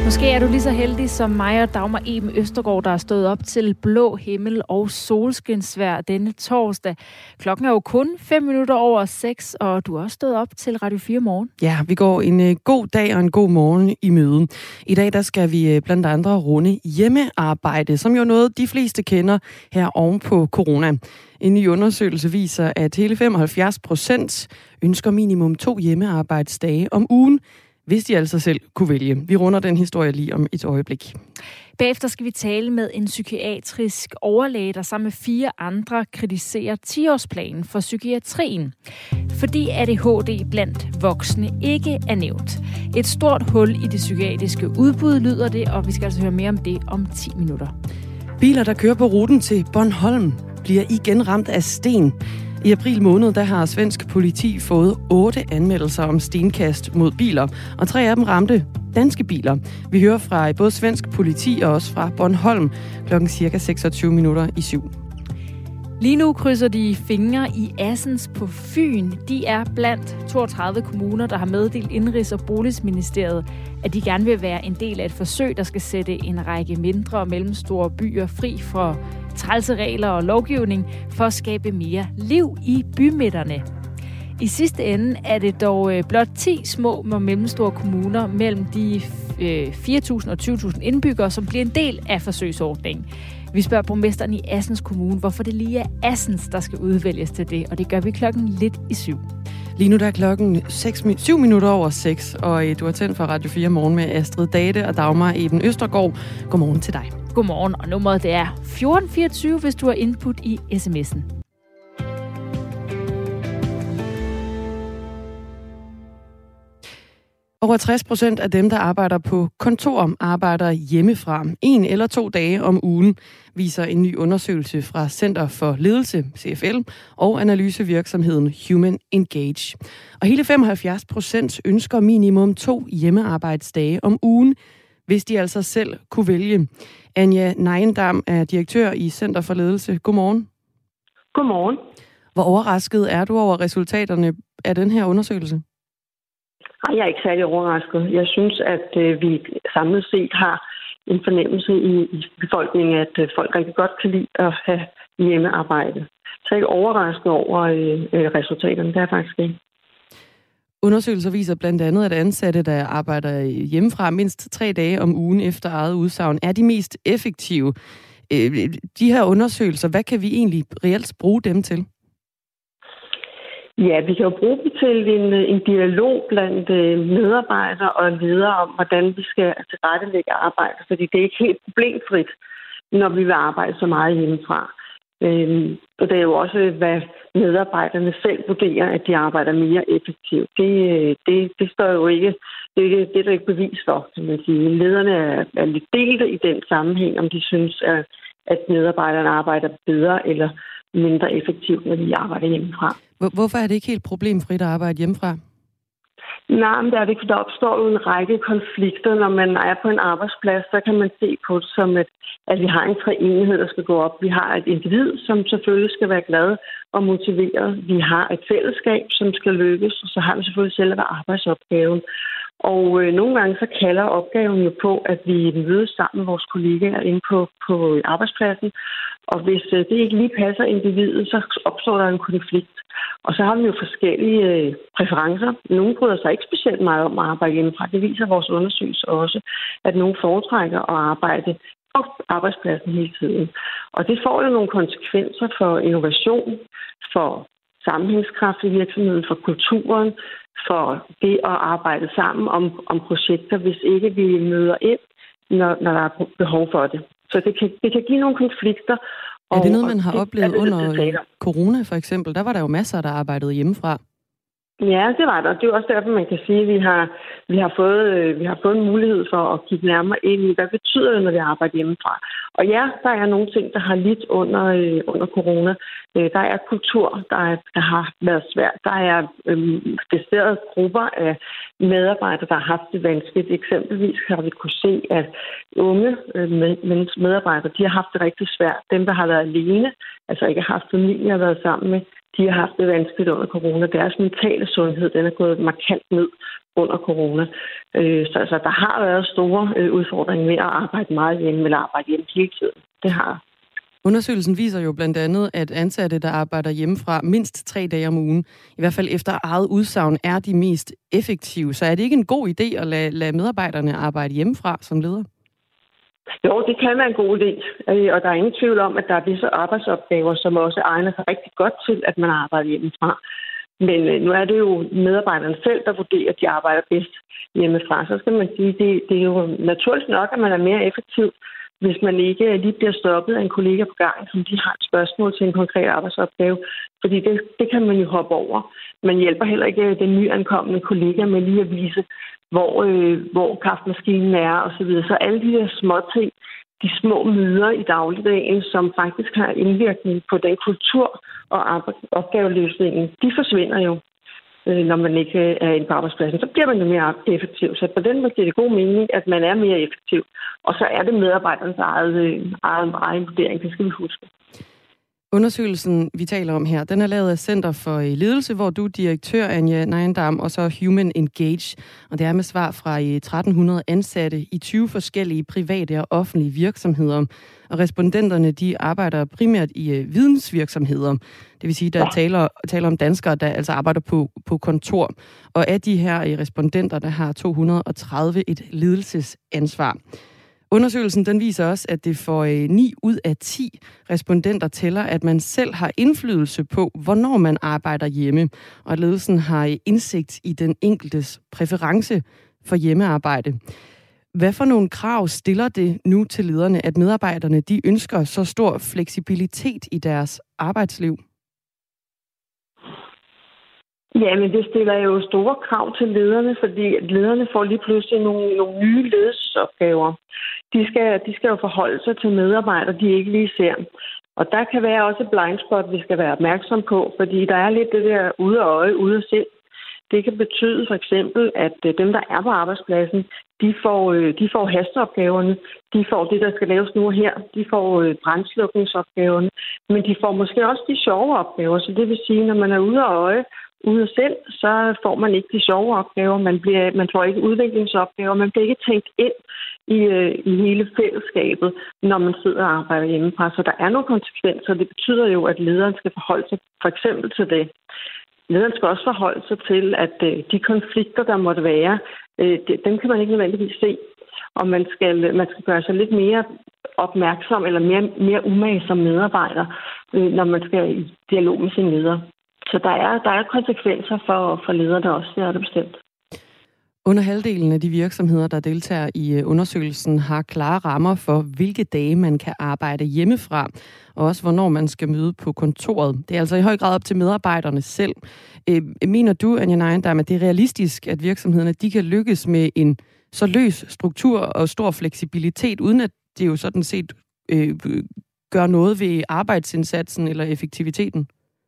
Måske er du lige så heldig som mig og Dagmar Eben Østergaard, der er stået op til blå himmel og solskinsvejr denne torsdag. Klokken er jo kun 5 minutter over 6, og du er også stået op til Radio 4 Morgen. Ja, vi går en god dag og en god morgen i møde. I dag der skal vi blandt andre runde hjemmearbejde, som jo noget de fleste kender her oven på corona. En ny undersøgelse viser, at hele 75% ønsker minimum 2 hjemmearbejdsdage om ugen, hvis de altså selv kunne vælge. Vi runder den historie lige om et øjeblik. Bagefter skal vi tale med en psykiatrisk overlæge, der sammen med 4 andre kritiserer 10-årsplanen for psykiatrien. Fordi ADHD blandt voksne ikke er nævnt. Et stort hul i det psykiatriske udbud lyder det, og vi skal altså høre mere om det om 10 minutter. Biler, der kører på ruten til Bornholm, bliver igen ramt af sten. I april måned, der har svensk politi fået 8 anmeldelser om stenkast mod biler, og 3 af dem ramte danske biler. Vi hører fra både svensk politi og også fra Bornholm klokken cirka 26 minutter i 7. Lige nu krydser de fingre i Assens på Fyn. De er blandt 32 kommuner, der har meddelt Indenrigs- og Boligministeriet, at de gerne vil være en del af et forsøg, der skal sætte en række mindre og mellemstore byer fri for trælse regler og lovgivning for at skabe mere liv i bymidterne. I sidste ende er det dog blot 10 små og mellemstore kommuner mellem de 4.000 og 20.000 indbyggere, som bliver en del af forsøgsordningen. Vi spørger borgmesteren i Assens Kommune, hvorfor det lige er Assens, der skal udvælges til det, og det gør vi klokken lidt i 7. Lige nu der er klokken 7 minutter over 6, og du har tændt for Radio 4 Morgen med Astrid Date og Dagmar Eben Østergaard. Godmorgen til dig. Godmorgen, og nummeret det er 1424, hvis du har input i sms'en. Over 60% af dem, der arbejder på kontor, arbejder hjemmefra 1 eller 2 dage om ugen, viser en ny undersøgelse fra Center for Ledelse, CFL, og analysevirksomheden Human Engage. Og hele 75% ønsker minimum 2 hjemmearbejdsdage om ugen, hvis de altså selv kunne vælge. Anja Nejendam er direktør i Center for Ledelse. Godmorgen. Godmorgen. Hvor overrasket er du over resultaterne af den her undersøgelse? Nej, jeg er ikke særlig overrasket. Jeg synes, at vi samlet set har en fornemmelse i befolkningen, at folk rigtig godt kan lide at have hjemmearbejde. Så jeg er ikke overrasket over resultaterne. Det er faktisk ikke. Undersøgelser viser blandt andet, at ansatte, der arbejder hjemmefra mindst 3 dage om ugen efter eget udsagn, er de mest effektive. De her undersøgelser, hvad kan vi egentlig reelt bruge dem til? Ja, vi kan jo bruge dem til en dialog blandt medarbejdere og ledere om, hvordan vi skal tilrettelægge arbejde, fordi det er ikke helt problemfrit, når vi vil arbejde så meget hjemmefra. Og det er jo også, hvad medarbejderne selv vurderer, at de arbejder mere effektivt. Det står jo ikke, det er der ikke bevis for, kan man sige. Lederne er lidt delte i den sammenhæng, om de synes, at medarbejderne arbejder bedre eller mindre effektivt, når de arbejder hjemmefra. Hvorfor er det ikke helt problemfrit at arbejde hjemmefra? Nej, men det er det ikke, for der opstår jo en række konflikter. Når man er på en arbejdsplads, så kan man se på det som, at vi har en treenighed, der skal gå op. Vi har et individ, som selvfølgelig skal være glad og motiveret. Vi har et fællesskab, som skal lykkes, og så har vi selvfølgelig selve arbejdsopgaven. Og nogle gange så kalder opgaven jo på, at vi mødes sammen med vores kollegaer inde på arbejdspladsen. Og hvis det ikke lige passer individet, så opstår der en konflikt. Og så har vi jo forskellige præferencer. Nogle bryder sig ikke specielt meget om at arbejde hjemmefra. Det viser vores undersøgelse også, at nogle foretrækker at arbejde på arbejdspladsen hele tiden. Og det får jo nogle konsekvenser for innovation, for sammenhængskraft i virksomheden, for kulturen, for det at arbejde sammen om projekter, hvis ikke vi møder ind, når der er behov for det. Så det kan give nogle konflikter. Er det noget, man har oplevet under corona, for eksempel? Der var der jo masser, der arbejdede hjemmefra. Ja, det var der. Det er også derfor, man kan sige, at vi har fået en mulighed for at kigge nærmere ind i, hvad betyder det, når vi arbejder hjemmefra. Og ja, der er nogle ting, der har lidt under corona. Der er kultur, der har været svært. Der er specificerede grupper af medarbejdere, der har haft det vanskeligt. Eksempelvis har vi kunne se, at unge medarbejdere, de har haft det rigtig svært. Dem, der har været alene, altså ikke har haft familie at være sammen med, de har haft det vanskeligt under corona. Deres mentale sundhed, den er gået markant ned under corona. Så der har været store udfordringer med at arbejde meget hjemme eller arbejde hjemme hele tiden. Det har. Undersøgelsen viser jo blandt andet, at ansatte, der arbejder hjemmefra mindst 3 dage om ugen, i hvert fald efter eget udsagn, er de mest effektive. Så er det ikke en god idé at lade medarbejderne arbejde hjemmefra som leder? Jo, det kan være en god idé, og der er ingen tvivl om, at der er visse arbejdsopgaver, som også egner sig rigtig godt til, at man arbejder hjemmefra. Men nu er det jo medarbejderne selv, der vurderer, at de arbejder bedst hjemmefra. Så skal man sige, det er jo naturligt nok, at man er mere effektiv, hvis man ikke lige bliver stoppet af en kollega på gangen, som de har et spørgsmål til en konkret arbejdsopgave. Fordi det kan man jo hoppe over. Man hjælper heller ikke den nyankomne kollega med lige at vise, hvor kaffemaskinen er osv. Så alle de der små ting, de små møder i dagligdagen, som faktisk har indvirkning på den kultur og opgaveløsningen, de forsvinder jo, når man ikke er inde på arbejdspladsen. Så bliver man jo mere effektiv. Så på den måde er det god mening, at man er mere effektiv. Og så er det medarbejderens egen vurdering, det skal vi huske. Undersøgelsen, vi taler om her, den er lavet af Center for Ledelse, hvor du er direktør, Anja Nijendam, og så Human Engage. Og det er med svar fra 1300 ansatte i 20 forskellige private og offentlige virksomheder. Og respondenterne, de arbejder primært i vidensvirksomheder. Det vil sige, der taler om danskere, der altså arbejder på kontor. Og af de her respondenter, der har 230 et ledelsesansvar. Undersøgelsen den viser også, at det for 9 ud af 10 respondenter tæller, at man selv har indflydelse på, hvornår man arbejder hjemme, og at ledelsen har indsigt i den enkeltes præference for hjemmearbejde. Hvad for nogle krav stiller det nu til lederne, at medarbejderne de ønsker så stor fleksibilitet i deres arbejdsliv? Ja, men det stiller jo store krav til lederne, fordi lederne får lige pludselig nogle nye ledelsesopgaver. De skal jo forholde sig til medarbejdere, de ikke lige ser. Og der kan være også et blindspot, vi skal være opmærksom på, fordi der er lidt det der ude af øje, ude af sind. Det kan betyde for eksempel, at dem, der er på arbejdspladsen, de får hasteopgaverne. De får det, der skal laves nu og her. De får brandslukningsopgaverne. Men de får måske også de sjove opgaver. Så det vil sige, når man er ude af øje, ude af selv, så får man ikke de sjove opgaver. Man får ikke udviklingsopgaver. Man bliver ikke tænkt ind i hele fællesskabet, når man sidder og arbejder hjemmefra. Så der er nogle konsekvenser. Det betyder jo, at lederen skal forholde sig for eksempel til det. Lederen skal også forholde sig til, at de konflikter, der måtte være, dem kan man ikke nødvendigvis se. Og man skal gøre sig lidt mere opmærksom eller mere umage som medarbejder, når man skal i dialog med sin leder. Så der er konsekvenser for lederne også, det er det bestemt. Under halvdelen af de virksomheder, der deltager i undersøgelsen, har klare rammer for, hvilke dage man kan arbejde hjemmefra, og også hvornår man skal møde på kontoret. Det er altså i høj grad op til medarbejderne selv. Mener du, Anja Nijendam, at det er realistisk, at virksomhederne de kan lykkes med en så løs struktur og stor fleksibilitet, uden at det jo sådan set gør noget ved arbejdsindsatsen eller effektiviteten?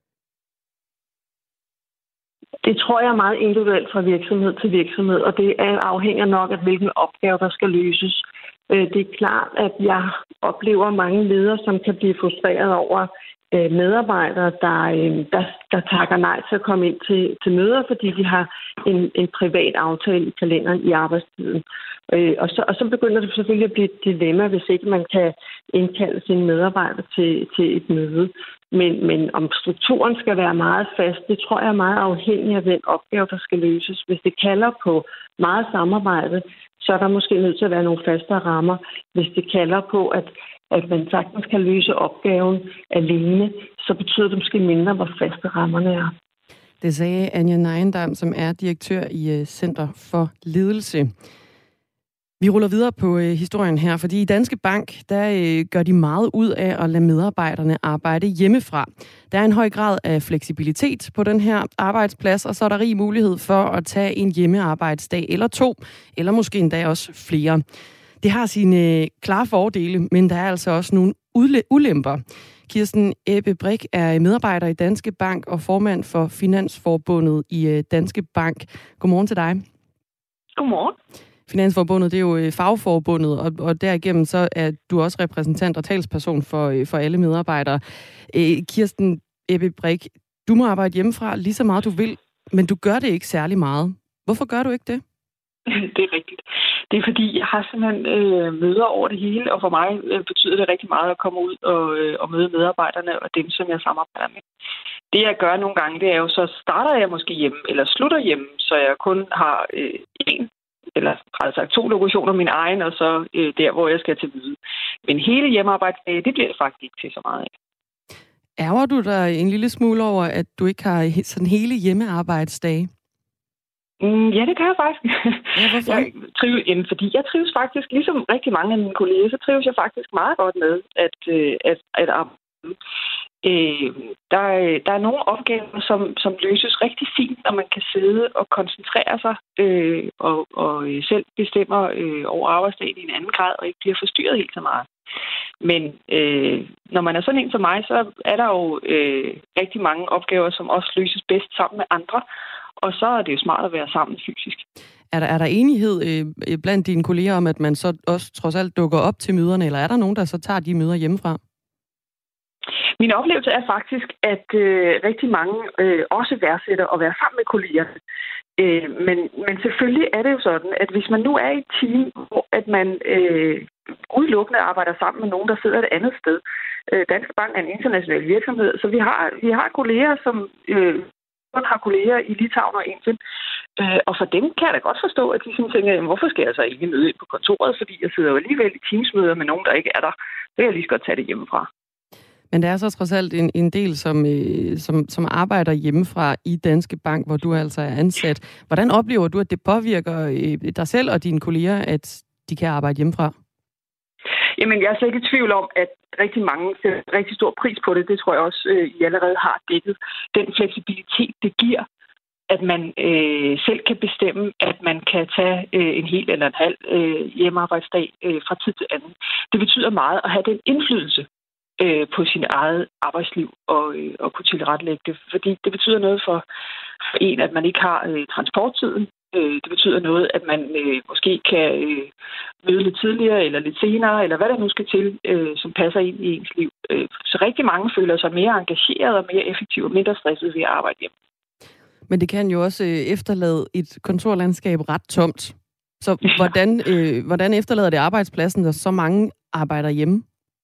Det tror jeg er meget individuelt fra virksomhed til virksomhed, og det afhænger nok af, hvilken opgave, der skal løses. Det er klart, at jeg oplever mange ledere, som kan blive frustreret over medarbejdere, der takker nej til at komme ind til møder, fordi de har en privat aftale i kalenderen i arbejdstiden. Og så begynder det selvfølgelig at blive et dilemma, hvis ikke man kan indkalde sine medarbejdere til et møde. Men om strukturen skal være meget fast, det tror jeg er meget afhængig af den opgave, der skal løses. Hvis det kalder på meget samarbejde, så er der måske nødt til at være nogle faste rammer. Hvis det kalder på, at man sagtens kan løse opgaven alene, så betyder det måske mindre, hvor faste rammerne er. Det sagde Anja Nijendam, som er direktør i Center for Ledelse. Vi ruller videre på historien her, fordi i Danske Bank, der gør de meget ud af at lade medarbejderne arbejde hjemmefra. Der er en høj grad af fleksibilitet på den her arbejdsplads, og så er der rig mulighed for at tage en hjemmearbejdsdag eller 2, eller måske endda også flere. Det har sine klare fordele, men der er altså også nogle ulemper. Kirsten Ebbe Brik er medarbejder i Danske Bank og formand for Finansforbundet i Danske Bank. Godmorgen til dig. Godmorgen. Finansforbundet, det er jo fagforbundet, og derigennem så er du også repræsentant og talsperson for alle medarbejdere. Kirsten Ebbe Brik, du må arbejde hjemmefra lige så meget du vil, men du gør det ikke særlig meget. Hvorfor gør du ikke det? Det er rigtigt. Det er fordi, jeg har simpelthen møder over det hele, og for mig betyder det rigtig meget at komme ud og møde medarbejderne og dem, som jeg samarbejder med. Det, jeg gør nogle gange, det er jo, så starter jeg måske hjemme, eller slutter hjemme, så jeg kun har en, eller rettere sagt 2 lokationer min egen, og så der, hvor jeg skal til møde. Men hele hjemmearbejdsdag, det bliver det faktisk ikke til så meget af. Ærger du dig en lille smule over, at du ikke har sådan hele hjemmearbejdsdage? Ja, det gør jeg faktisk. Ja, hvorfor? Fordi jeg trives faktisk, ligesom rigtig mange af mine kolleger, så trives jeg faktisk meget godt med at arbejde. Der er nogle opgaver, som løses rigtig fint, når man kan sidde og koncentrere sig og selv bestemmer over arbejdsdagen i en anden grad, og ikke bliver forstyrret helt så meget. Men når man er sådan en som mig, så er der jo rigtig mange opgaver, som også løses bedst sammen med andre, og så er det jo smart at være sammen fysisk. Er der enighed blandt dine kolleger om, at man så også trods alt dukker op til møderne, eller er der nogen, der så tager de møder hjemmefra? Min oplevelse er faktisk, at rigtig mange også værdsætter at være sammen med kollegerne. Men selvfølgelig er det jo sådan, at hvis man nu er i et team, hvor at man udelukkende arbejder sammen med nogen, der sidder et andet sted. Danske Bank er en international virksomhed, så vi har kolleger, som kun har kolleger i Litauen og Indien. Og for dem kan jeg da godt forstå, at de sådan tænker, hvorfor skal jeg så ikke møde ind på kontoret, fordi jeg sidder jo alligevel i teamsmøder med nogen, der ikke er der. Så kan jeg lige så godt tage det hjemmefra. Men der er så trods alt en del, som arbejder hjemmefra i Danske Bank, hvor du altså er ansat. Hvordan oplever du, at det påvirker dig selv og dine kolleger, at de kan arbejde hjemmefra? Jamen, jeg er slet ikke i tvivl om, at rigtig mange sætter rigtig stor pris på det. Det tror jeg også, I allerede har dækket. Den fleksibilitet, det giver, at man selv kan bestemme, at man kan tage en hel eller en halv hjemmearbejdsdag fra tid til anden. Det betyder meget at have den indflydelse på sin eget arbejdsliv og kunne tilrettelægge det. Fordi det betyder noget for en, at man ikke har transporttiden. Det betyder noget, at man måske kan møde lidt tidligere eller lidt senere, eller hvad der nu skal til, som passer ind i ens liv. Så rigtig mange føler sig mere engageret og mere effektive og mindre stresset ved at arbejde hjemme. Men det kan jo også efterlade et kontorlandskab ret tomt. Så hvordan efterlader det arbejdspladsen, der så mange arbejder hjemme?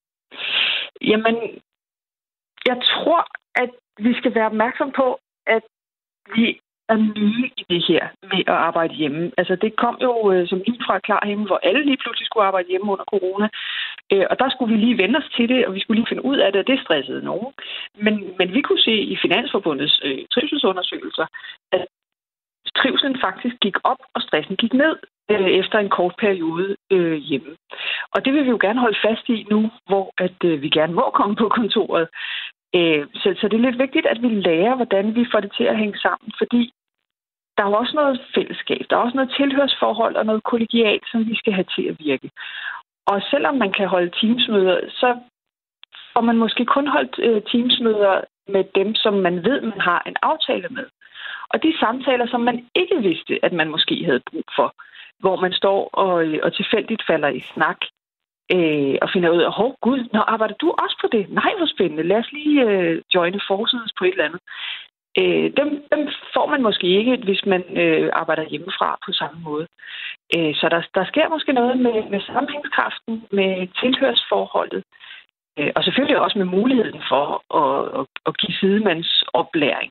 Jamen, jeg tror, at vi skal være opmærksom på, at vi er nye i det her med at arbejde hjemme. Altså, det kom jo som lige fra klar himmel, hvor alle lige pludselig skulle arbejde hjemme under corona. Og der skulle vi lige vende os til det, og vi skulle lige finde ud af det, og det stressede nogen. Men vi kunne se i Finansforbundets trivselsundersøgelser, at trivselen faktisk gik op, og stressen gik ned efter en kort periode hjemme. Og det vil vi jo gerne holde fast i nu, hvor at vi gerne må komme på kontoret. Så det er lidt vigtigt, at vi lærer, hvordan vi får det til at hænge sammen, fordi der er jo også noget fællesskab, der er også noget tilhørsforhold og noget kollegialt, som vi skal have til at virke. Og selvom man kan holde teamsmøder, så får man måske kun holdt teamsmøder med dem, som man ved, man har en aftale med. Og de samtaler, som man ikke vidste, at man måske havde brug for, hvor man står og tilfældigt falder i snak, og finder ud af, gud, arbejder du også på det? Nej, hvor spændende. Lad os lige joine forces på et eller andet. Dem får man måske ikke, hvis man arbejder hjemmefra på samme måde. Så der sker måske noget med sammenhængskraften, med tilhørsforholdet, og selvfølgelig også med muligheden for at give sidemandsoplæring.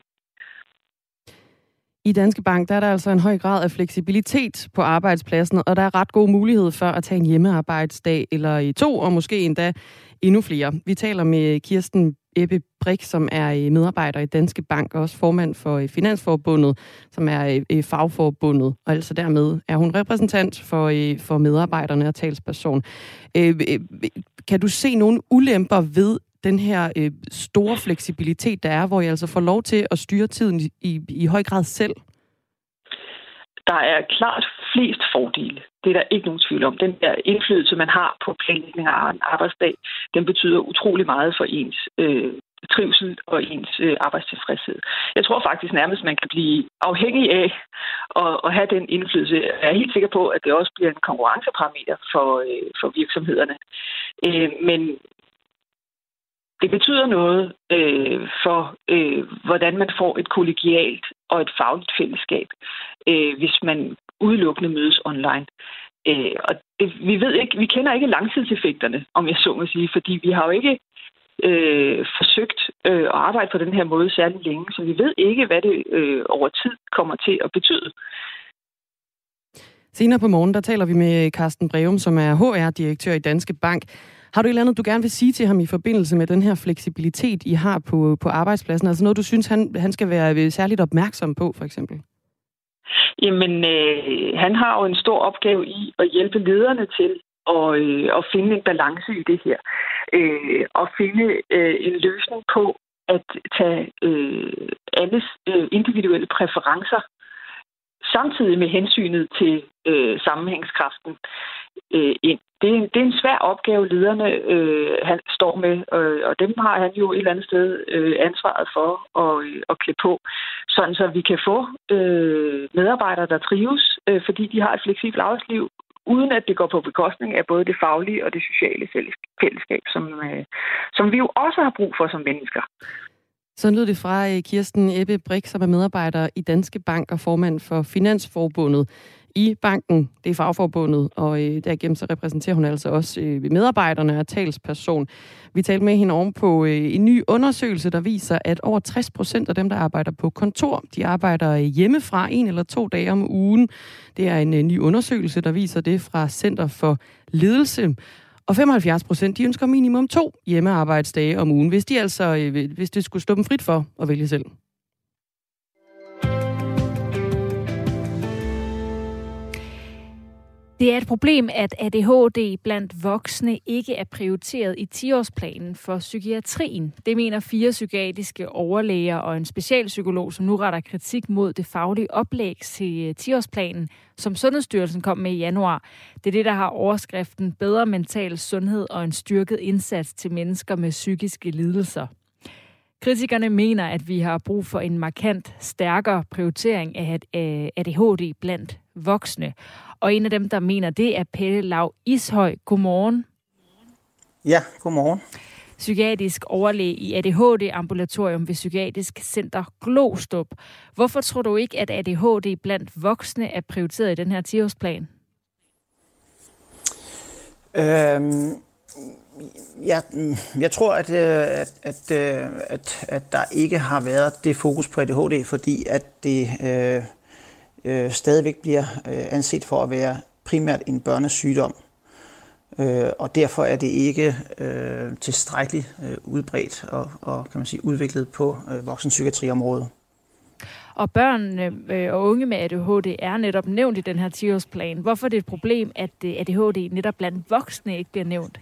I Danske Bank, der er der altså en høj grad af fleksibilitet på arbejdspladsen, og der er ret god mulighed for at tage en hjemmearbejdsdag eller i 2, og måske endda endnu flere. Vi taler med Kirsten Ebbe Brik, som er medarbejder i Danske Bank, og også formand for Finansforbundet, som er fagforbundet, og altså dermed er hun repræsentant for medarbejderne og talsperson. Kan du se nogle ulemper ved den her store fleksibilitet, der er, hvor jeg altså får lov til at styre tiden i høj grad selv? Der er klart flest fordele. Det er der ikke nogen tvivl om. Den der indflydelse, man har på planlægning af en arbejdsdag, den betyder utrolig meget for ens trivsel og ens arbejdstilfredshed. Jeg tror faktisk nærmest, man kan blive afhængig af at have den indflydelse. Jeg er helt sikker på, at det også bliver en konkurrenceparameter for virksomhederne. Men det betyder noget for, hvordan man får et kollegialt og et fagligt fællesskab, hvis man udelukkende mødes online. Og vi kender ikke langtidseffekterne, om jeg så må sige, fordi vi har jo ikke forsøgt at arbejde på den her måde særlig længe, så vi ved ikke, hvad det over tid kommer til at betyde. Senere på morgen, der taler vi med Carsten Breum, som er HR-direktør i Danske Bank. Har du et eller andet, du gerne vil sige til ham i forbindelse med den her fleksibilitet, I har på arbejdspladsen? Altså noget, du synes, han skal være særligt opmærksom på, for eksempel? Jamen, han har jo en stor opgave i at hjælpe lederne til at finde en balance i det her. Og finde en løsning på at tage alles individuelle præferencer samtidig med hensynet til sammenhængskraften ind. Det er en svær opgave, lederne han står med, og dem har han jo et eller andet sted ansvaret for at klæde på, sådan så vi kan få medarbejdere, der trives, fordi de har et fleksibelt arbejdsliv, uden at det går på bekostning af både det faglige og det sociale fællesskab, som vi jo også har brug for som mennesker. Så lød det fra Kirsten Ebbe Brix, som er medarbejder i Danske Bank og formand for Finansforbundet i banken. Det er fagforbundet, og derigennem så repræsenterer hun altså også medarbejderne og talsperson. Vi talte med hende oven på en ny undersøgelse, der viser, at over 60% af dem, der arbejder på kontor, de arbejder hjemmefra 1 eller 2 dage om ugen. Det er en ny undersøgelse, der viser det fra Center for Ledelse. Og 75% de ønsker minimum 2 hjemmearbejdsdage om ugen, hvis det skulle stå dem frit for at vælge selv. Det er et problem, at ADHD blandt voksne ikke er prioriteret i 10-årsplanen for psykiatrien. Det mener 4 psykiatriske overlæger og en specialpsykolog, som nu retter kritik mod det faglige oplæg til 10-årsplanen, som Sundhedsstyrelsen kom med i januar. Det er det, der har overskriften bedre mental sundhed og en styrket indsats til mennesker med psykiske lidelser. Kritikerne mener, at vi har brug for en markant stærkere prioritering af ADHD blandt voksne. Og en af dem, der mener det, er Pelle Lau Ishøj. Godmorgen. Ja, godmorgen. Psykiatrisk overlæge i ADHD-ambulatorium ved Psykiatrisk Center Glostrup. Hvorfor tror du ikke, at ADHD blandt voksne er prioriteret i den her 10-årsplan? Jeg tror, at der ikke har været det fokus på ADHD, fordi at det stadigvæk bliver anset for at være primært en børnesygdom. Og derfor er det ikke tilstrækkeligt udbredt og kan man sige, udviklet på voksenpsykiatriområdet. Og børn og unge med ADHD er netop nævnt i den her 10-årsplan. Hvorfor er det et problem, at ADHD netop blandt voksne ikke bliver nævnt?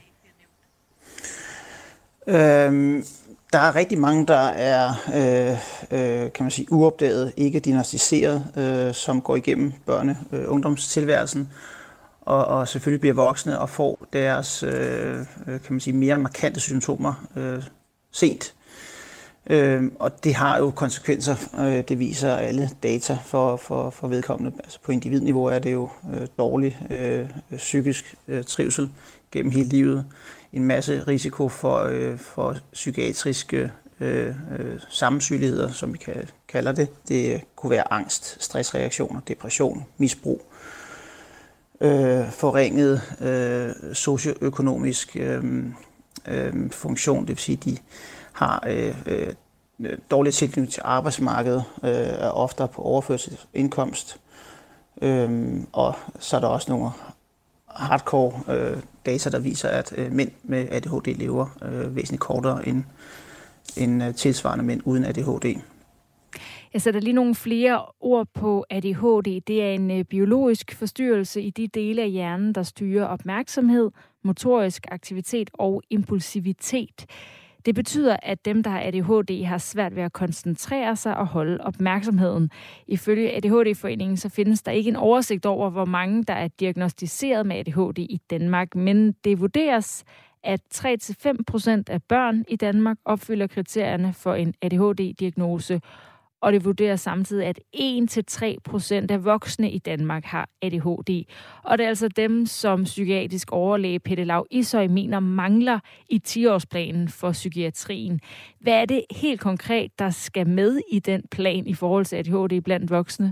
Der er rigtig mange, der er kan man sige, uopdaget, ikke diagnosticeret, som går igennem ungdomstilværelsen, og selvfølgelig bliver voksne og får deres kan man sige, mere markante symptomer sent. Og det har jo konsekvenser, det viser alle data for vedkommende. Altså på individniveau er det jo dårlig psykisk trivsel gennem hele livet. En masse risiko for psykiatriske sammensygeligheder, som vi kalder det. Det kunne være angst, stressreaktioner, depression, misbrug, forringet socioøkonomisk funktion, det vil sige, de har dårlig tilknytning til arbejdsmarkedet, er oftere på overførselsindkomst, og så er der også nogle hardcore data, der viser, at mænd med ADHD lever væsentligt kortere end tilsvarende mænd uden ADHD. Jeg sætter lige nogle flere ord på ADHD. Det er en biologisk forstyrrelse i de dele af hjernen, der styrer opmærksomhed, motorisk aktivitet og impulsivitet. Det betyder, at dem, der har ADHD, har svært ved at koncentrere sig og holde opmærksomheden. Ifølge ADHD-foreningen så findes der ikke en oversigt over, hvor mange, der er diagnosticeret med ADHD i Danmark, men det vurderes, at 3-5% af børn i Danmark opfylder kriterierne for en ADHD-diagnose, og det vurderer samtidig, at 1-3% af voksne i Danmark har ADHD. Og det er altså dem, som psykiatrisk overlæge Pelle Lau Ishøj mener mangler i 10-årsplanen for psykiatrien. Hvad er det helt konkret, der skal med i den plan i forhold til ADHD blandt voksne?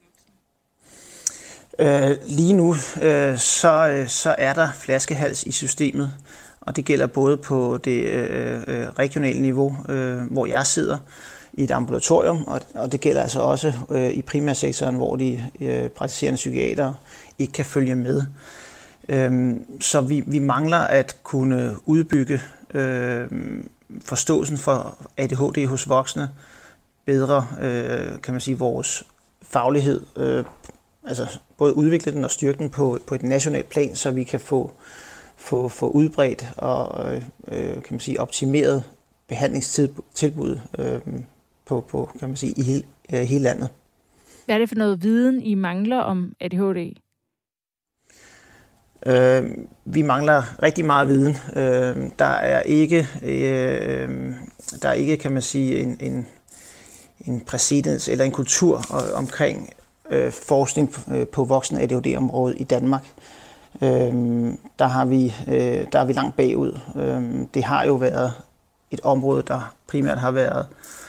Lige nu så er der flaskehals i systemet, og det gælder både på det regionale niveau, hvor jeg sidder i et ambulatorium, og det gælder altså også i primærsektoren, hvor de praktiserende psykiatere ikke kan følge med. Så vi mangler at kunne udbygge forståelsen for ADHD hos voksne, bedre kan man sige vores faglighed, altså både udvikle den og styrke den på et nationalt plan, så vi kan få udbredt og kan man sige optimeret behandlingstilbud på kan man sige i hele landet. Hvad er det for noget viden, I mangler om ADHD? Vi mangler rigtig meget viden. Der er ikke kan man sige en præcedens eller en kultur omkring forskning på voksen ADHD-området i Danmark. Der er vi langt bagud. Det har jo været et område, der primært har været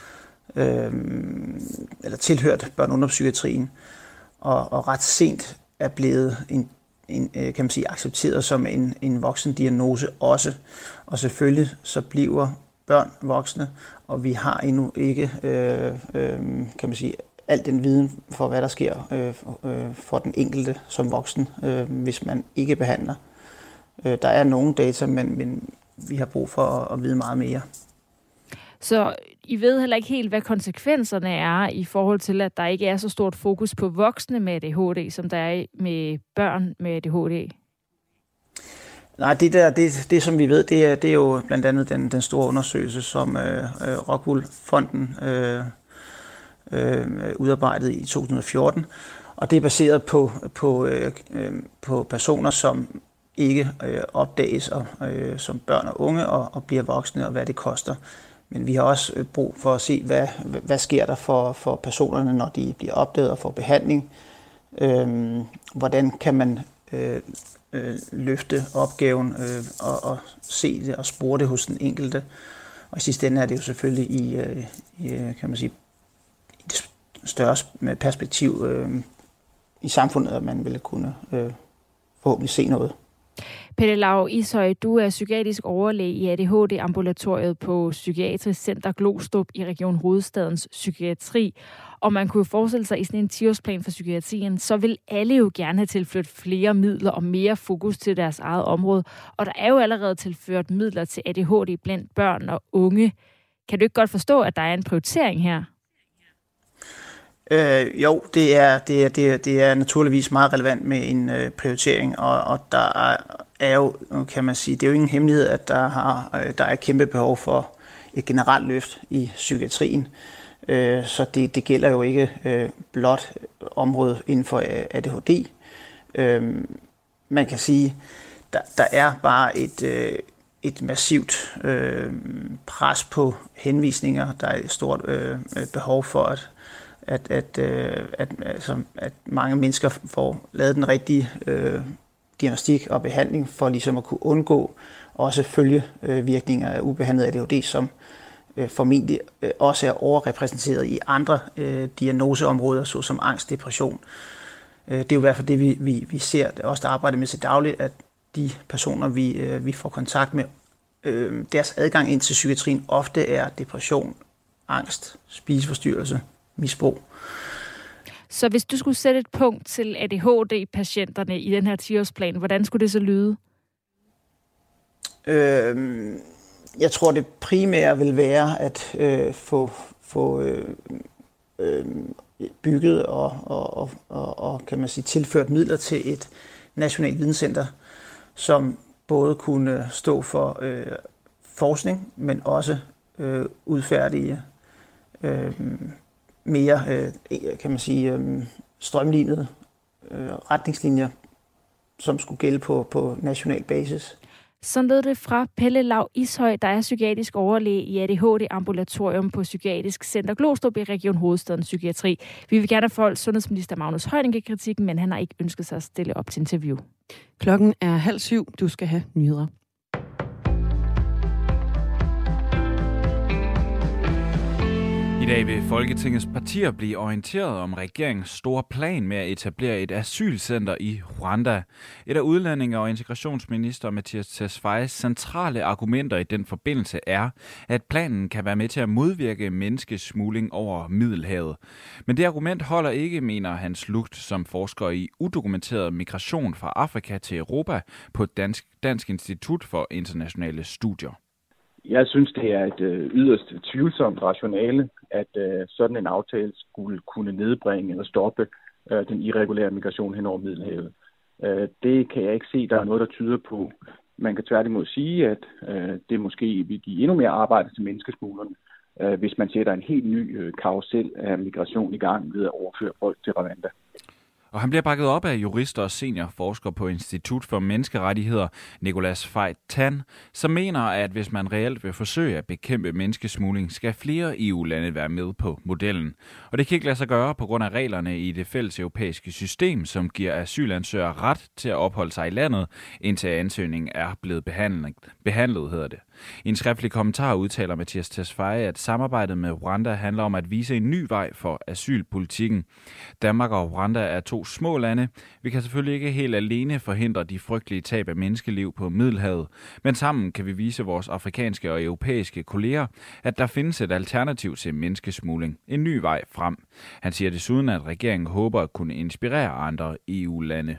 eller tilhørt børne- og ungdomspsykiatrien, og ret sent er blevet kan man sige, accepteret som en voksendiagnose også. Og selvfølgelig så bliver børn voksne, og vi har endnu ikke kan man sige, al den viden for, hvad der sker for den enkelte som voksen, hvis man ikke behandler. Der er nogle data, men vi har brug for at vide meget mere. Så I ved heller ikke helt, hvad konsekvenserne er i forhold til, at der ikke er så stort fokus på voksne med ADHD, som der er med børn med ADHD? Nej, det som vi ved, det er jo blandt andet den store undersøgelse, som Rockwool Fonden udarbejdet i 2014, og det er baseret på personer, som ikke opdages som børn og unge og bliver voksne, og hvad det koster. Men vi har også brug for at se, hvad sker der for personerne, når de bliver opdaget og får behandling. Hvordan kan man løfte opgaven og se det og spore det hos den enkelte. Og i sidste ende er det jo selvfølgelig i kan man sige, i det større perspektiv i samfundet, at man ville kunne forhåbentlig se noget. Pelle Lau Ishøj, du er psykiatrisk overlæge i ADHD-ambulatoriet på Psykiatrisk Center Glostrup i Region Hovedstadens Psykiatri. Og man kunne jo forestille sig, i sådan en 10-årsplan for psykiatrien, så vil alle jo gerne have tilført flere midler og mere fokus til deres eget område. Og der er jo allerede tilført midler til ADHD blandt børn og unge. Kan du ikke godt forstå, at der er en prioritering her? Jo, det er naturligvis meget relevant med en prioritering, og der er jo, kan man sige, det er jo ingen hemmelighed, at der er et kæmpe behov for et generelt løft i psykiatrien. Så det gælder jo ikke blot området inden for ADHD. Man kan sige, der er bare et massivt pres på henvisninger. Der er et stort behov for, at mange mennesker får lavet den rigtige diagnostik og behandling for ligesom at kunne undgå også følgevirkninger af ubehandlet ADHD, som formentlig også er overrepræsenteret i andre diagnoseområder, såsom angst, depression. Det er jo i hvert fald det, vi ser, også der arbejder med til dagligt, at de personer, vi får kontakt med, deres adgang ind til psykiatrien ofte er depression, angst, spiseforstyrrelse, misbrug. Så hvis du skulle sætte et punkt til ADHD-patienterne i den her 10-årsplan, hvordan skulle det så lyde? Jeg tror, det primære vil være at få bygget og kan man sige, tilført midler til et nationalt videnscenter, som både kunne stå for forskning, men også udfærdige mere, kan man sige, strømlignede retningslinjer, som skulle gælde på national basis. Sådan lød det fra Pelle Lau Ishøj, der er psykiatrisk overlæge i ADHD-ambulatorium på Psykiatrisk Center Glostrup i Region Hovedstaden Psykiatri. Vi vil gerne have folk sundhedsminister Magnus Heunicke i kritikken, men han har ikke ønsket sig at stille op til interview. Klokken er 6:30. Du skal have nyheder. I dag vil Folketingets partier blive orienteret om regeringens store plan med at etablere et asylcenter i Rwanda. Et af udlændinge- og integrationsminister Mattias Tesfayes centrale argumenter i den forbindelse er, at planen kan være med til at modvirke menneskesmugling over Middelhavet. Men det argument holder ikke, mener Hans Lugt, som forsker i udokumenteret migration fra Afrika til Europa på Dansk Institut for Internationale Studier. Jeg synes, det er et yderst tvivlsomt rationale, at sådan en aftale skulle kunne nedbringe eller stoppe den irregulære migration hen over Middelhavet. Det kan jeg ikke se, der er noget, der tyder på. Man kan tværtimod sige, at det måske vil give endnu mere arbejde til menneskesmuglerne, hvis man sætter en helt ny karusel af migration i gang ved at overføre folk til Rwanda. Og han bliver bakket op af jurister og seniorforsker på Institut for Menneskerettigheder, Nicolas Feit-Tan, som mener, at hvis man reelt vil forsøge at bekæmpe menneskesmugling, skal flere EU-lande være med på modellen. Og det kan ikke lade sig gøre på grund af reglerne i det fælles europæiske system, som giver asylansøgere ret til at opholde sig i landet, indtil ansøgningen er blevet behandlet, hedder det. I en skriftlig kommentar udtaler Mattias Tesfaye, at samarbejdet med Rwanda handler om at vise en ny vej for asylpolitikken. Danmark og Rwanda er to små lande. Vi kan selvfølgelig ikke helt alene forhindre de frygtelige tab af menneskeliv på Middelhavet, men sammen kan vi vise vores afrikanske og europæiske kolleger, at der findes et alternativ til menneskesmugling. En ny vej frem. Han siger desuden, at regeringen håber at kunne inspirere andre EU-lande.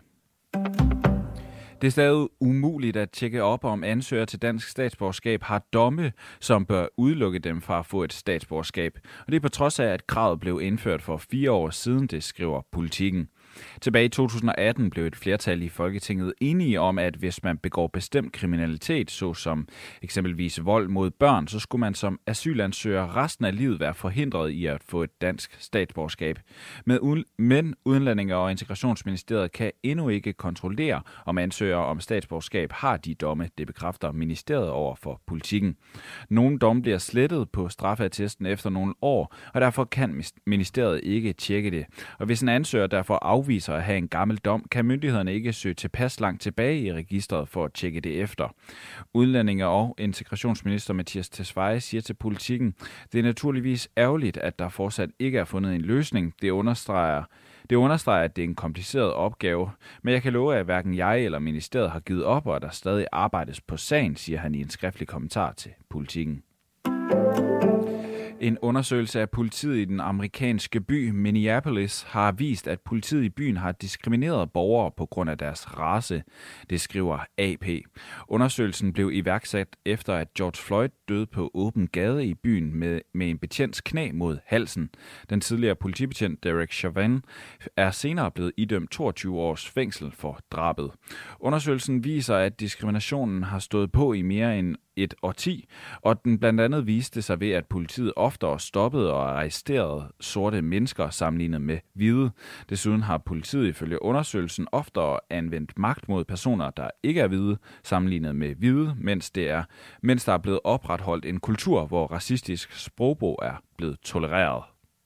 Det er stadig umuligt at tjekke op, om ansøgere til dansk statsborgerskab har domme, som bør udelukke dem fra at få et statsborgerskab. Og det er på trods af, at kravet blev indført for 4 år siden, det skriver Politiken. Tilbage i 2018 blev et flertal i Folketinget enige om, at hvis man begår bestemt kriminalitet, såsom eksempelvis vold mod børn, så skulle man som asylansøger resten af livet være forhindret i at få et dansk statsborgerskab. Men Udlændinge- og Integrationsministeriet kan endnu ikke kontrollere, om ansøgere om statsborgerskab har de domme. Det bekræfter ministeriet over for Politiken. Nogle domme bliver slettet på straffeattesten efter nogle år, og derfor kan ministeriet ikke tjekke det. Og hvis en ansøger derfor afviser at have en gammel dom, kan myndighederne ikke søge tilpas langt tilbage i registret for at tjekke det efter. Udlændinge- og integrationsminister Mattias Tesfaye siger til Politiken, det er naturligvis ærgerligt, at der fortsat ikke er fundet en løsning. Det understreger, at det er en kompliceret opgave, men jeg kan love, at hverken jeg eller ministeriet har givet op, og at der stadig arbejdes på sagen, siger han i en skriftlig kommentar til Politiken. En undersøgelse af politiet i den amerikanske by Minneapolis har vist, at politiet i byen har diskrimineret borgere på grund af deres race. Det skriver AP. Undersøgelsen blev iværksat efter, at George Floyd døde på åben gade i byen med en betjents knæ mod halsen. Den tidligere politibetjent Derek Chauvin er senere blevet idømt 22 års fængsel for drabet. Undersøgelsen viser, at diskriminationen har stået på i mere end et årti, og den blandt andet viste sig ved, at politiet oftere stoppede og arresterede sorte mennesker sammenlignet med hvide. Desuden har politiet ifølge undersøgelsen oftere anvendt magt mod personer, der ikke er hvide, sammenlignet med hvide, mens der er blevet opretholdt en kultur, hvor racistisk sprogbrug er blevet tolereret.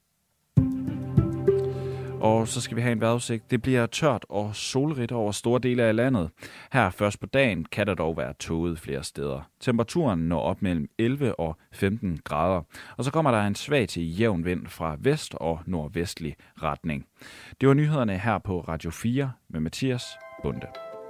Og så skal vi have en vejrudsigt. Det bliver tørt og solrigt over store dele af landet. Her først på dagen kan der dog være tåget flere steder. Temperaturen når op mellem 11 og 15 grader. Og så kommer der en svag til jævn vind fra vest og nordvestlig retning. Det var nyhederne her på Radio 4 med Mathias Bunde.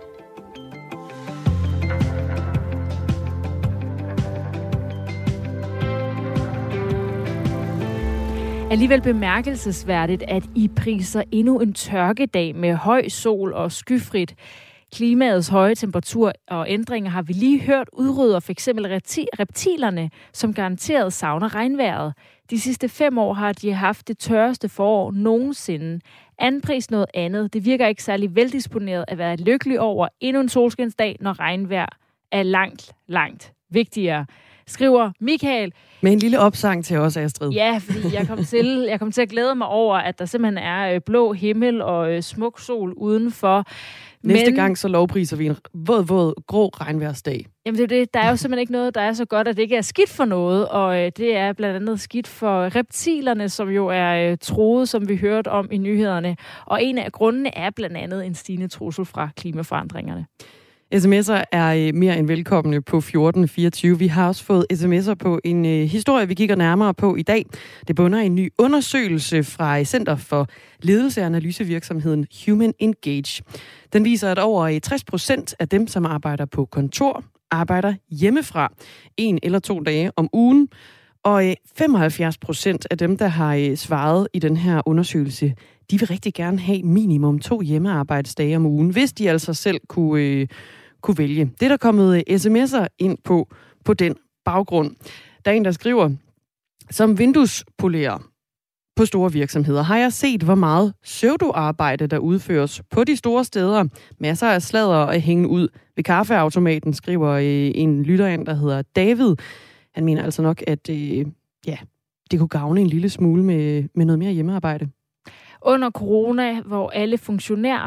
Alligevel bemærkelsesværdigt, at I priser endnu en tørkedag med høj sol og skyfrit. Klimaets høje temperatur og ændringer har vi lige hørt udrydder for eksempel reptilerne, som garanteret savner regnvejret. De sidste 5 år har de haft det tørreste forår nogensinde. Anpris noget andet. Det virker ikke særlig veldisponeret at være lykkelig over endnu en solskinsdag, når regnvejr er langt vigtigere. Skriver Michael. Med en lille opsang til os, Astrid. Ja, fordi jeg kom til at glæde mig over, at der simpelthen er blå himmel og smuk sol udenfor. Næste gang så lovpriser vi en våd, grå regnværsdag. Jamen det er det. Der er jo simpelthen ikke noget, der er så godt, at det ikke er skidt for noget. Og det er blandt andet skidt for reptilerne, som jo er truet, som vi hørte om i nyhederne. Og en af grundene er blandt andet en stigende trussel fra klimaforandringerne. SMS'er er mere end velkomne på 1424. Vi har også fået sms'er på en historie, vi kigger nærmere på i dag. Det bunder i en ny undersøgelse fra Center for Ledelse og Analysevirksomheden Human Engage. Den viser, at over 60% af dem, som arbejder på kontor, arbejder hjemmefra 1 eller 2 dage om ugen. Og 75% af dem, der har svaret i den her undersøgelse, de vil rigtig gerne have minimum 2 hjemmearbejdsdage om ugen, hvis de altså selv kunne vælge. Det er der kommet sms'er ind på den baggrund. Der er en, der skriver, som vinduespolerer på store virksomheder har jeg set, hvor meget pseudoarbejde, der udføres på de store steder. Masser af sladder at hænge ud ved kaffeautomaten, skriver en lytter ind, der hedder David. Han mener altså nok, at det kunne gavne en lille smule med noget mere hjemmearbejde. Under corona, hvor alle funktionærer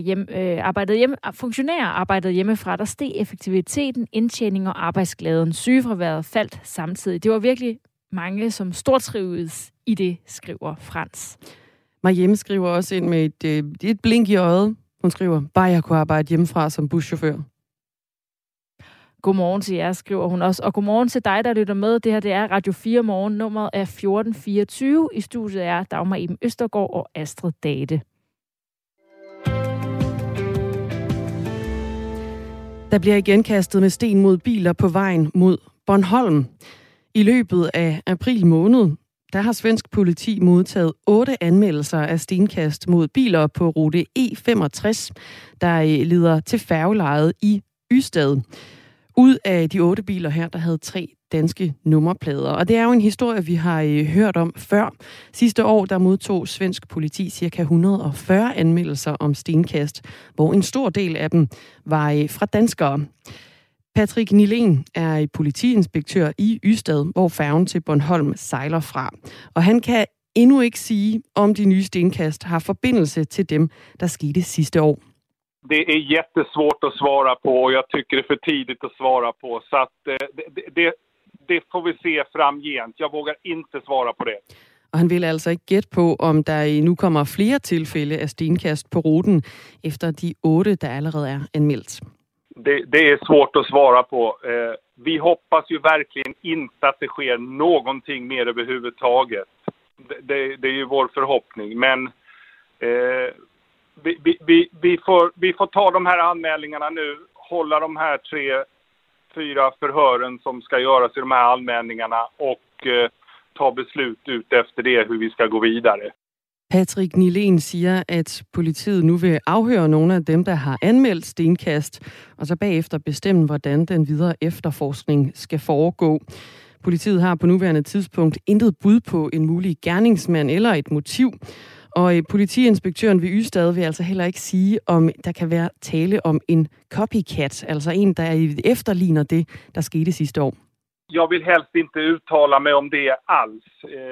arbejdede hjemmefra, der steg effektiviteten, indtjening og arbejdsglæden. Sygefraværet faldt samtidig. Det var virkelig mange, som stortrivedes i det, skriver Frans. Mariem skriver også ind med et blink i øjet. Hun skriver, bare jeg kunne arbejde hjemmefra som buschauffør. Godmorgen til jer, skriver hun også. Og godmorgen til dig, der lytter med. Det her det er Radio 4 Morgen. Nummeret er 1424. I studiet er Dagmar Iben Østergaard og Astrid Date. Der bliver igen kastet med sten mod biler på vejen mod Bornholm. I løbet af april måned, der har svensk politi modtaget 8 anmeldelser af stenkast mod biler på rute E65, der leder til færgelejet i Ystad. Ud af de 8 biler her, der havde 3 danske nummerplader. Og det er jo en historie, vi har hørt om før. Sidste år, der modtog svensk politi ca. 140 anmeldelser om stenkast, hvor en stor del af dem var fra danskere. Patrick Nilén er politiinspektør i Ystad, hvor færgen til Bornholm sejler fra. Og han kan endnu ikke sige, om de nye stenkast har forbindelse til dem, der skete sidste år. Det är jättesvårt att svara på och jag tycker det är för tidigt att svara på. Så att det får vi se framgent. Jag vågar inte svara på det. Og han vil altså ikke gætte på, om der nu kommer flere tilfælde af stenkast på ruten, efter de 8, der allerede er anmeldt. Det är svårt att svara på. Vi hoppas ju verkligen inte att det sker någonting mer överhuvudtaget. Det är ju vår förhoppning. Men vi får ta de här anmälningarna nu, hålla de här 3-4 förhören som ska göras i de här anmälningarna och ta beslut ut efter det hur vi ska gå vidare. Patrick Nilén siger, at politiet nu vil afhøre nogle af dem, der har anmeldt stenkast, og så bagefter bestemme, hvordan den videre efterforskning skal foregå. Politiet har på nuværende tidspunkt intet bud på en mulig gerningsmand eller et motiv. Og politiinspektøren ved Ystad vil altså heller ikke sige, om der kan være tale om en copycat, altså en, der efterligner det, der skete sidste år. Jag vill helst inte uttala mig om det alls.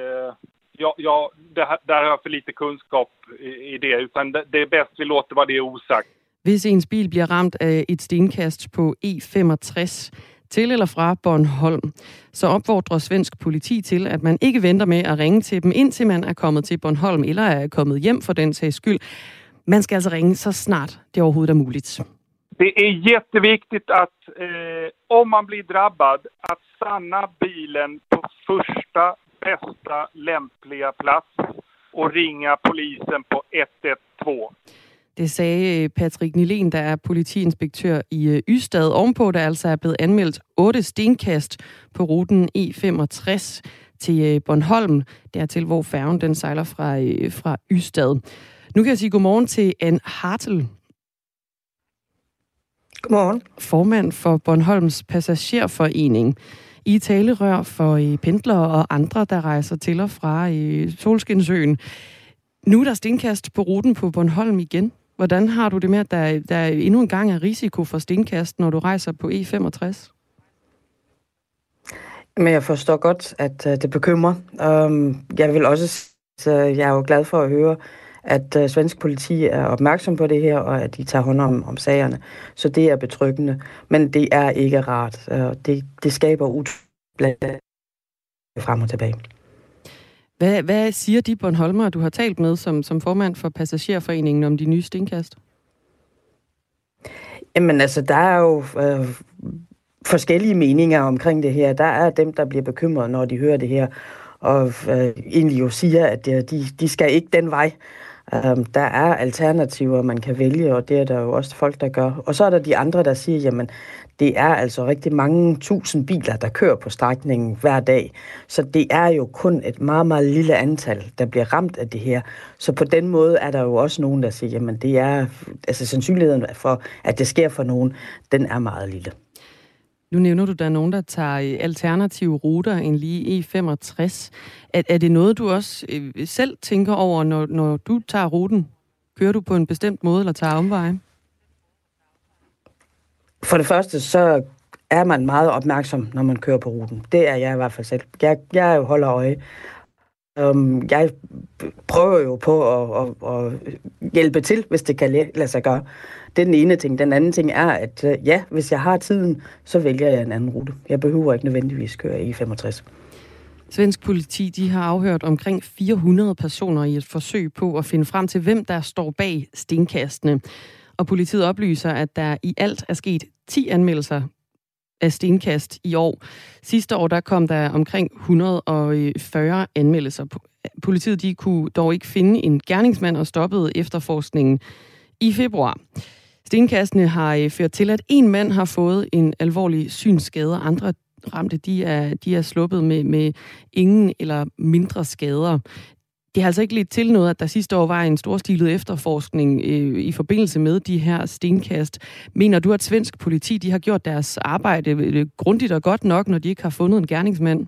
Där har jag för lite kunskap i det, utan det är bäst vi låter vad det är osagt. Hvis ens bil bliver ramt af et stenkast på E65 til eller fra Bornholm, så opfordrer svensk politi til, at man ikke venter med at ringe til dem, indtil man er kommet til Bornholm, eller er kommet hjem for den sags skyld. Man skal altså ringe så snart det overhovedet er muligt. Det är jätteviktigt att om man blir drabbad, att stanna bilen på första bästa lämpliga plats och ringa polisen på 112. Det sagde Patrick Nilén, der er politiinspektør i Ystad, ovenpå, der altså er blevet anmeldt 8 stenkast på ruten E65 til Bornholm, dertil hvor færgen den sejler fra Ystad. Nu kan jeg sige godmorgen til Ann Hartel. Godmorgen. Formand for Bornholms Passagerforening. I talerør for pendlere og andre, der rejser til og fra Solskinsøen. Nu er der stenkast på ruten på Bornholm igen. Hvordan har du det med, at der endnu en gang er risiko for stenkast, når du rejser på E65? Men jeg forstår godt, at det bekymrer. Jeg vil også, så jeg er jo glad for at høre, at svensk politi er opmærksom på det her, og at de tager hånd om sagerne. Så det er betryggende. Men det er ikke rart. Det skaber utryghed frem og tilbage. Hvad siger de bornholmere, du har talt med som formand for Passagerforeningen om de nye stenkast? Jamen altså, der er jo forskellige meninger omkring det her. Der er dem, der bliver bekymret, når de hører det her, og egentlig jo siger, at de skal ikke den vej. Der er alternativer, man kan vælge, og det er der jo også folk, der gør. Og så er der de andre, der siger, jamen, det er altså rigtig mange tusind biler, der kører på strækningen hver dag. Så det er jo kun et meget, meget lille antal, der bliver ramt af det her. Så på den måde er der jo også nogen, der siger, jamen, det er, altså sandsynligheden for, at det sker for nogen, den er meget lille. Nu nævner du, der er nogen, der tager alternative ruter end lige E65. Er det noget, du også selv tænker over, når du tager ruten? Kører du på en bestemt måde, eller tager omveje? For det første, så er man meget opmærksom, når man kører på ruten. Det er jeg i hvert fald selv. Jeg holder øje. Jeg prøver jo på at hjælpe til, hvis det kan lade sig gøre. Det er den ene ting. Den anden ting er, at ja, hvis jeg har tiden, så vælger jeg en anden rute. Jeg behøver ikke nødvendigvis køre E65. Svensk politi, de har afhørt omkring 400 personer i et forsøg på at finde frem til, hvem der står bag stenkastene. Og politiet oplyser, at der i alt er sket 10 anmeldelser af stenkast i år. Sidste år, der kom der omkring 140 anmeldelser. Politiet, de kunne dog ikke finde en gerningsmand og stoppede efterforskningen i februar. Stenkastene har ført til, at en mand har fået en alvorlig synsskade. Andre ramte, de er sluppet med ingen eller mindre skader. Det har altså ikke ledt til noget, at der sidste år var en storstilet efterforskning i forbindelse med de her stenkast. Mener du, at svensk politi, de har gjort deres arbejde grundigt og godt nok, når de ikke har fundet en gerningsmand?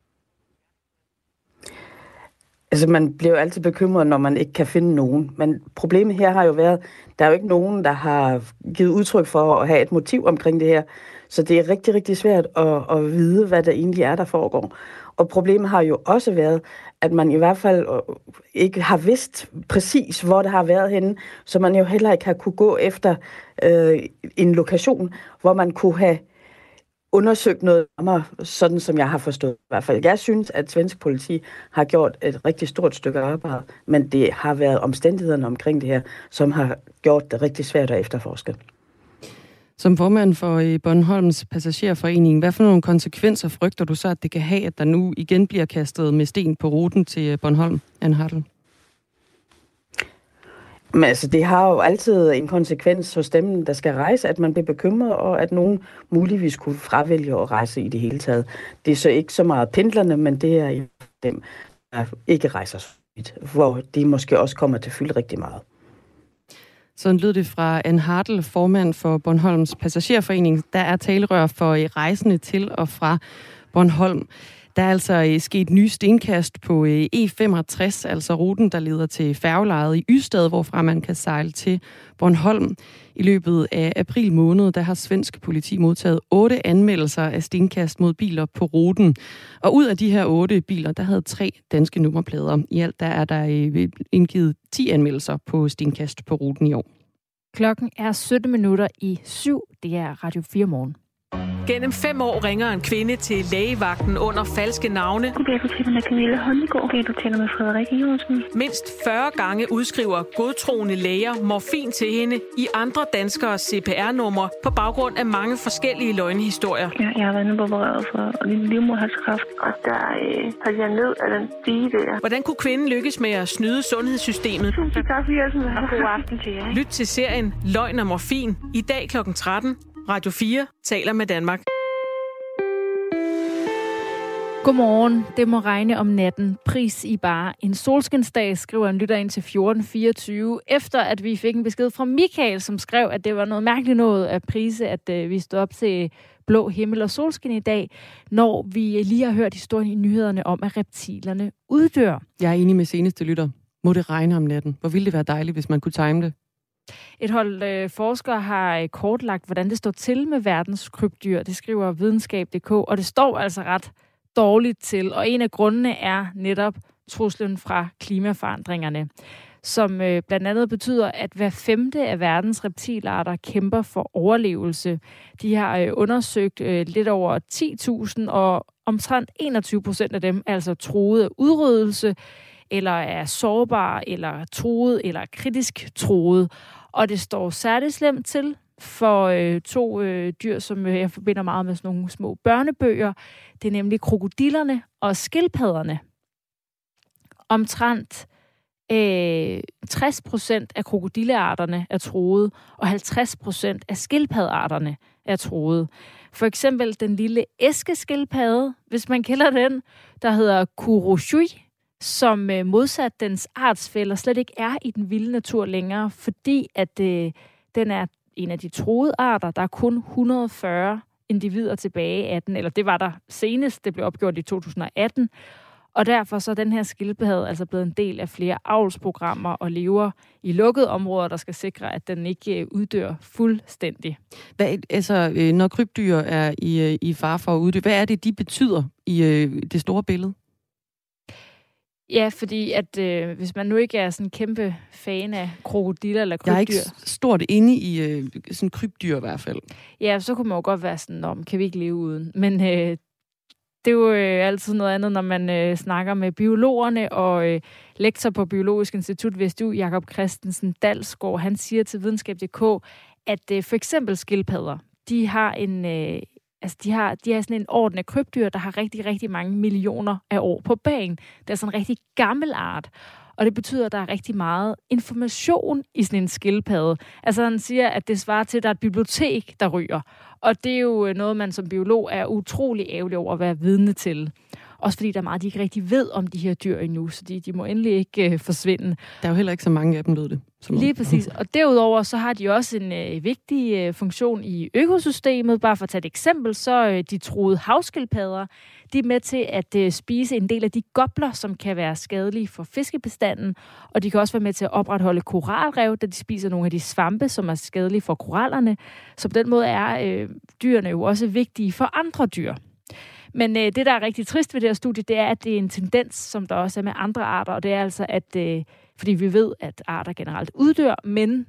Altså, man bliver jo altid bekymret, når man ikke kan finde nogen. Men problemet her har jo været, der er jo ikke nogen, der har givet udtryk for at have et motiv omkring det her. Så det er rigtig, rigtig svært at vide, hvad der egentlig er, der foregår. Og problemet har jo også været, at man i hvert fald ikke har vidst præcis, hvor det har været henne, så man jo heller ikke har kunne gå efter en lokation, hvor man kunne have undersøgt noget nærmere, sådan som jeg har forstået i hvert fald. Jeg synes, at svensk politi har gjort et rigtig stort stykke arbejde, men det har været omstændighederne omkring det her, som har gjort det rigtig svært at efterforske. Som formand for Bornholms Passagerforening, hvad for nogle konsekvenser frygter du så, at det kan have, at der nu igen bliver kastet med sten på ruten til Bornholm, Anne Hartel? Men altså, det har jo altid en konsekvens hos dem, der skal rejse, at man bliver bekymret, og at nogen muligvis kunne fravælge at rejse i det hele taget. Det er så ikke så meget pendlerne, men det er dem, der ikke rejser så vidt, hvor de måske også kommer til at fylde rigtig meget. Sådan lød det fra Anne Hartel, formand for Bornholms Passagerforening. Der er talerør for rejsende til og fra Bornholm. Der er altså sket nye stenkast på E65, altså ruten, der leder til færgelejet i Ystad, hvorfra man kan sejle til Bornholm. I løbet af april måned, der har svensk politi modtaget 8 anmeldelser af stenkast mod biler på ruten. Og ud af de her 8 biler, der havde 3 danske nummerplader. I alt der er der indgivet 10 anmeldelser på stenkast på ruten i år. Klokken er 17:07. Det er Radio 4 morgen. Gennem 5 år ringer en kvinde til lægevagten under falske navne. Goddag, du taler med Camilla Håndegård. Goddag, du taler med Frederikke Johnsen. Mindst 40 gange udskriver godtroende læger morfin til hende i andre danskere CPR-numre på baggrund af mange forskellige løgnehistorier. Ja, jeg har været inde på opereret for livmoderhalskræft, og der faldt jeg ned af den stige der. Hvordan kunne kvinden lykkes med at snyde sundhedssystemet? Tusind tak for hjælpen, og god aften til jer. Lyt til serien Løgn og morfin i dag kl. 13. Radio 4 taler med Danmark. Godmorgen. Det må regne om natten. Pris i bare en solskinsdag, skriver en lytter ind til 1424. Efter at vi fik en besked fra Michael, som skrev, at det var noget mærkeligt noget at prise, at vi stod op til blå himmel og solskin i dag, når vi lige har hørt historien i nyhederne om, at reptilerne uddør. Jeg er enig med seneste lytter. Må det regne om natten? Hvor ville det være dejligt, hvis man kunne time det? Et hold forskere har kortlagt, hvordan det står til med verdens krybdyr. Det skriver videnskab.dk, og det står altså ret dårligt til. Og en af grundene er netop truslen fra klimaforandringerne. som blandt andet betyder, at hver 5. af verdens reptilarter kæmper for overlevelse. De har undersøgt lidt over 10.000, og omtrent 21% af dem er altså truet af udryddelse, eller er sårbare, eller truet, eller kritisk truet. Og det står særligt slemt til for to dyr, som jeg forbinder meget med sådan nogle små børnebøger. Det er nemlig krokodillerne og skildpadderne. Omtrent 60% af krokodillearterne er truet, og 50% af skildpaddearterne er truet. For eksempel den lille æskeskildpadde, hvis man kender den, der hedder Kuroshui, som modsat dens artsfæller slet ikke er i den vilde natur længere, fordi at den er en af de truede arter. Der er kun 140 individer tilbage af den, eller det var der senest, det blev opgjort i 2018. Og derfor så er den her skildpadde altså blevet en del af flere avlsprogrammer og lever i lukkede områder, der skal sikre, at den ikke uddør fuldstændig. Når krybdyr er i fare for at uddø, hvad er det, de betyder i det store billede? Ja, fordi at hvis man nu ikke er sådan en kæmpe fan af krokodiller eller krybdyr... Jeg er ikke stort inde i sådan krybdyr i hvert fald. Ja, så kunne man jo godt være sådan, kan vi ikke leve uden? Men det er jo altid noget andet, når man snakker med biologerne, og lektor på Biologisk Institut ved SDU, Jakob Christensen Dalsgaard, han siger til videnskab.dk, at for eksempel skildpadder, de har de er sådan en orden af krybdyr, der har rigtig, rigtig mange millioner af år på bagen. Det er sådan en rigtig gammel art. Og det betyder, at der er rigtig meget information i sådan en skildpadde. Altså han siger, at det svarer til, at der er et bibliotek, der ryger. Og det er jo noget, man som biolog er utrolig ærgerlig over at være vidne til. Også fordi der er meget, de ikke rigtig ved om de her dyr endnu, så de må endelig ikke forsvinde. Der er jo heller ikke så mange af dem, lød det. Lige præcis. Og derudover så har de også en vigtig funktion i økosystemet. Bare for at tage et eksempel, så de truede havskildpadder, de er med til at spise en del af de gobler, som kan være skadelige for fiskebestanden. Og de kan også være med til at opretholde koralrev, da de spiser nogle af de svampe, som er skadelige for korallerne. Så på den måde er dyrene jo også vigtige for andre dyr. Men det, der er rigtig trist ved det her studie, det er, at det er en tendens, som der også er med andre arter, og det er altså, at fordi vi ved, at arter generelt uddør, men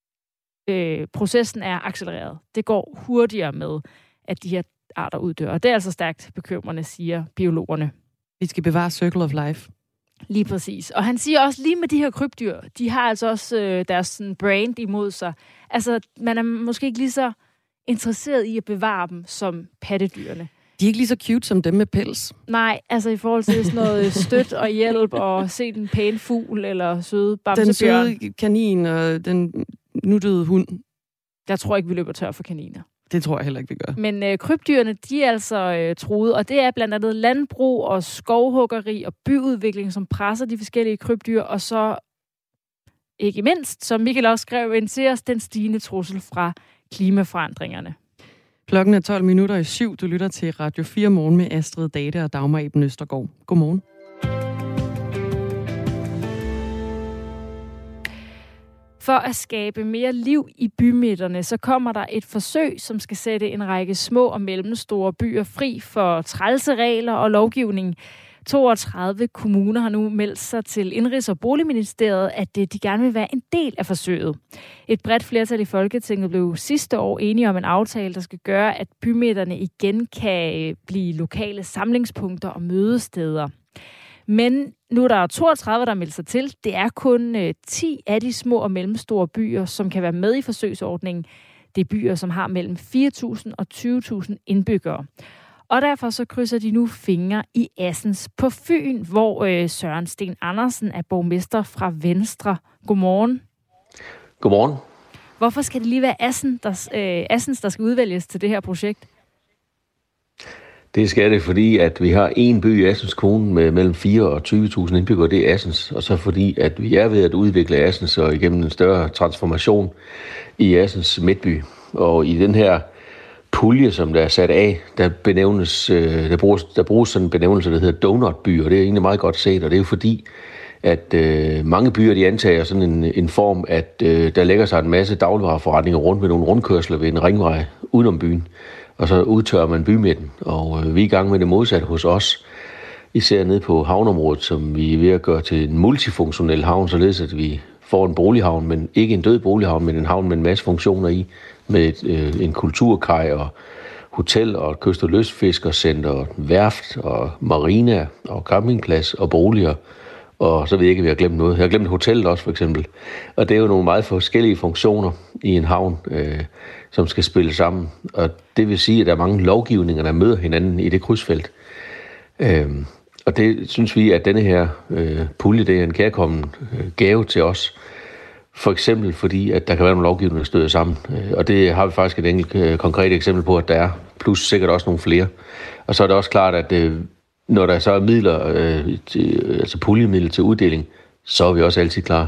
processen er accelereret. Det går hurtigere med, at de her arter uddør, og det er altså stærkt bekymrende, siger biologerne. Vi skal bevare Circle of Life. Lige præcis. Og han siger også, lige med de her krybdyr, de har altså også deres sådan, brand imod sig. Altså, man er måske ikke lige så interesseret i at bevare dem som pattedyrene. De er ikke lige så cute som dem med pels. Nej, altså i forhold til sådan noget støt og hjælp og se den pæne fugl eller søde bamsebjørn. Den søde kanin og den nuttede hund. Jeg tror ikke, vi løber tør for kaniner. Det tror jeg heller ikke, vi gør. Men krybdyrene, de er altså truet, og det er blandt andet landbrug og skovhuggeri og byudvikling, som presser de forskellige krybdyr, og så ikke mindst, som Michael også skrev ind til os, den stigende trussel fra klimaforandringerne. Klokken er 7:12. Du lytter til Radio 4 Morgen med Astrid Date og Dagmar Eben Østergaard. Godmorgen. For at skabe mere liv i bymidterne, så kommer der et forsøg, som skal sætte en række små og mellemstore byer fri for trælse regler og lovgivning. 32 kommuner har nu meldt sig til Indenrigs- og Boligministeriet, at de gerne vil være en del af forsøget. Et bredt flertal i Folketinget blev sidste år enige om en aftale, der skal gøre, at bymidterne igen kan blive lokale samlingspunkter og mødesteder. Men nu er der 32, der melder sig til. Det er kun 10 af de små og mellemstore byer, som kan være med i forsøgsordningen. Det er byer, som har mellem 4.000 og 20.000 indbyggere. Og derfor så krydser de nu fingre i Assens på Fyn, hvor Søren Sten Andersen er borgmester fra Venstre. Godmorgen. Godmorgen. Hvorfor skal det lige være Assens, der skal udvælges til det her projekt? Det skal det, fordi at vi har en by i Assens Kommune med mellem 4 og 20.000 indbyggere, det er Assens. Og så fordi, at vi er ved at udvikle Assens og igennem en større transformation i Assens midtby. Og i den her pulje, som der er sat af, der bruges sådan en benævnelse, der hedder donutby, og det er egentlig meget godt set, og det er jo fordi, at mange byer, de antager sådan en form, at der lægger sig en masse dagligvareforretninger rundt med nogle rundkørsler ved en ringvej udenom byen, og så udtørrer man bymidten, og vi er i gang med det modsatte hos os. især nede på havneområdet, som vi er ved at gøre til en multifunktionel havn, således at vi får en bolighavn, men ikke en død bolighavn, men en havn med en masse funktioner i, med en kulturkaj og hotel og et kyst- og lystfiskercenter og værft og marina og campingplads og boliger. Og så ved jeg ikke, om jeg har glemt noget. Jeg har glemt hotellet også, for eksempel. Og det er jo nogle meget forskellige funktioner i en havn, som skal spille sammen. Og det vil sige, at der er mange lovgivninger, der møder hinanden i det krydsfelt. Og det synes vi, at denne her pulje, det er en kærkommen gave til os. For eksempel fordi, at der kan være nogle lovgivninger, der støder sammen. Og det har vi faktisk et enkelt konkret eksempel på, at der er. Plus sikkert også nogle flere. Og så er det også klart, at når der så er midler, altså puljemidler til uddeling, så er vi også altid klar.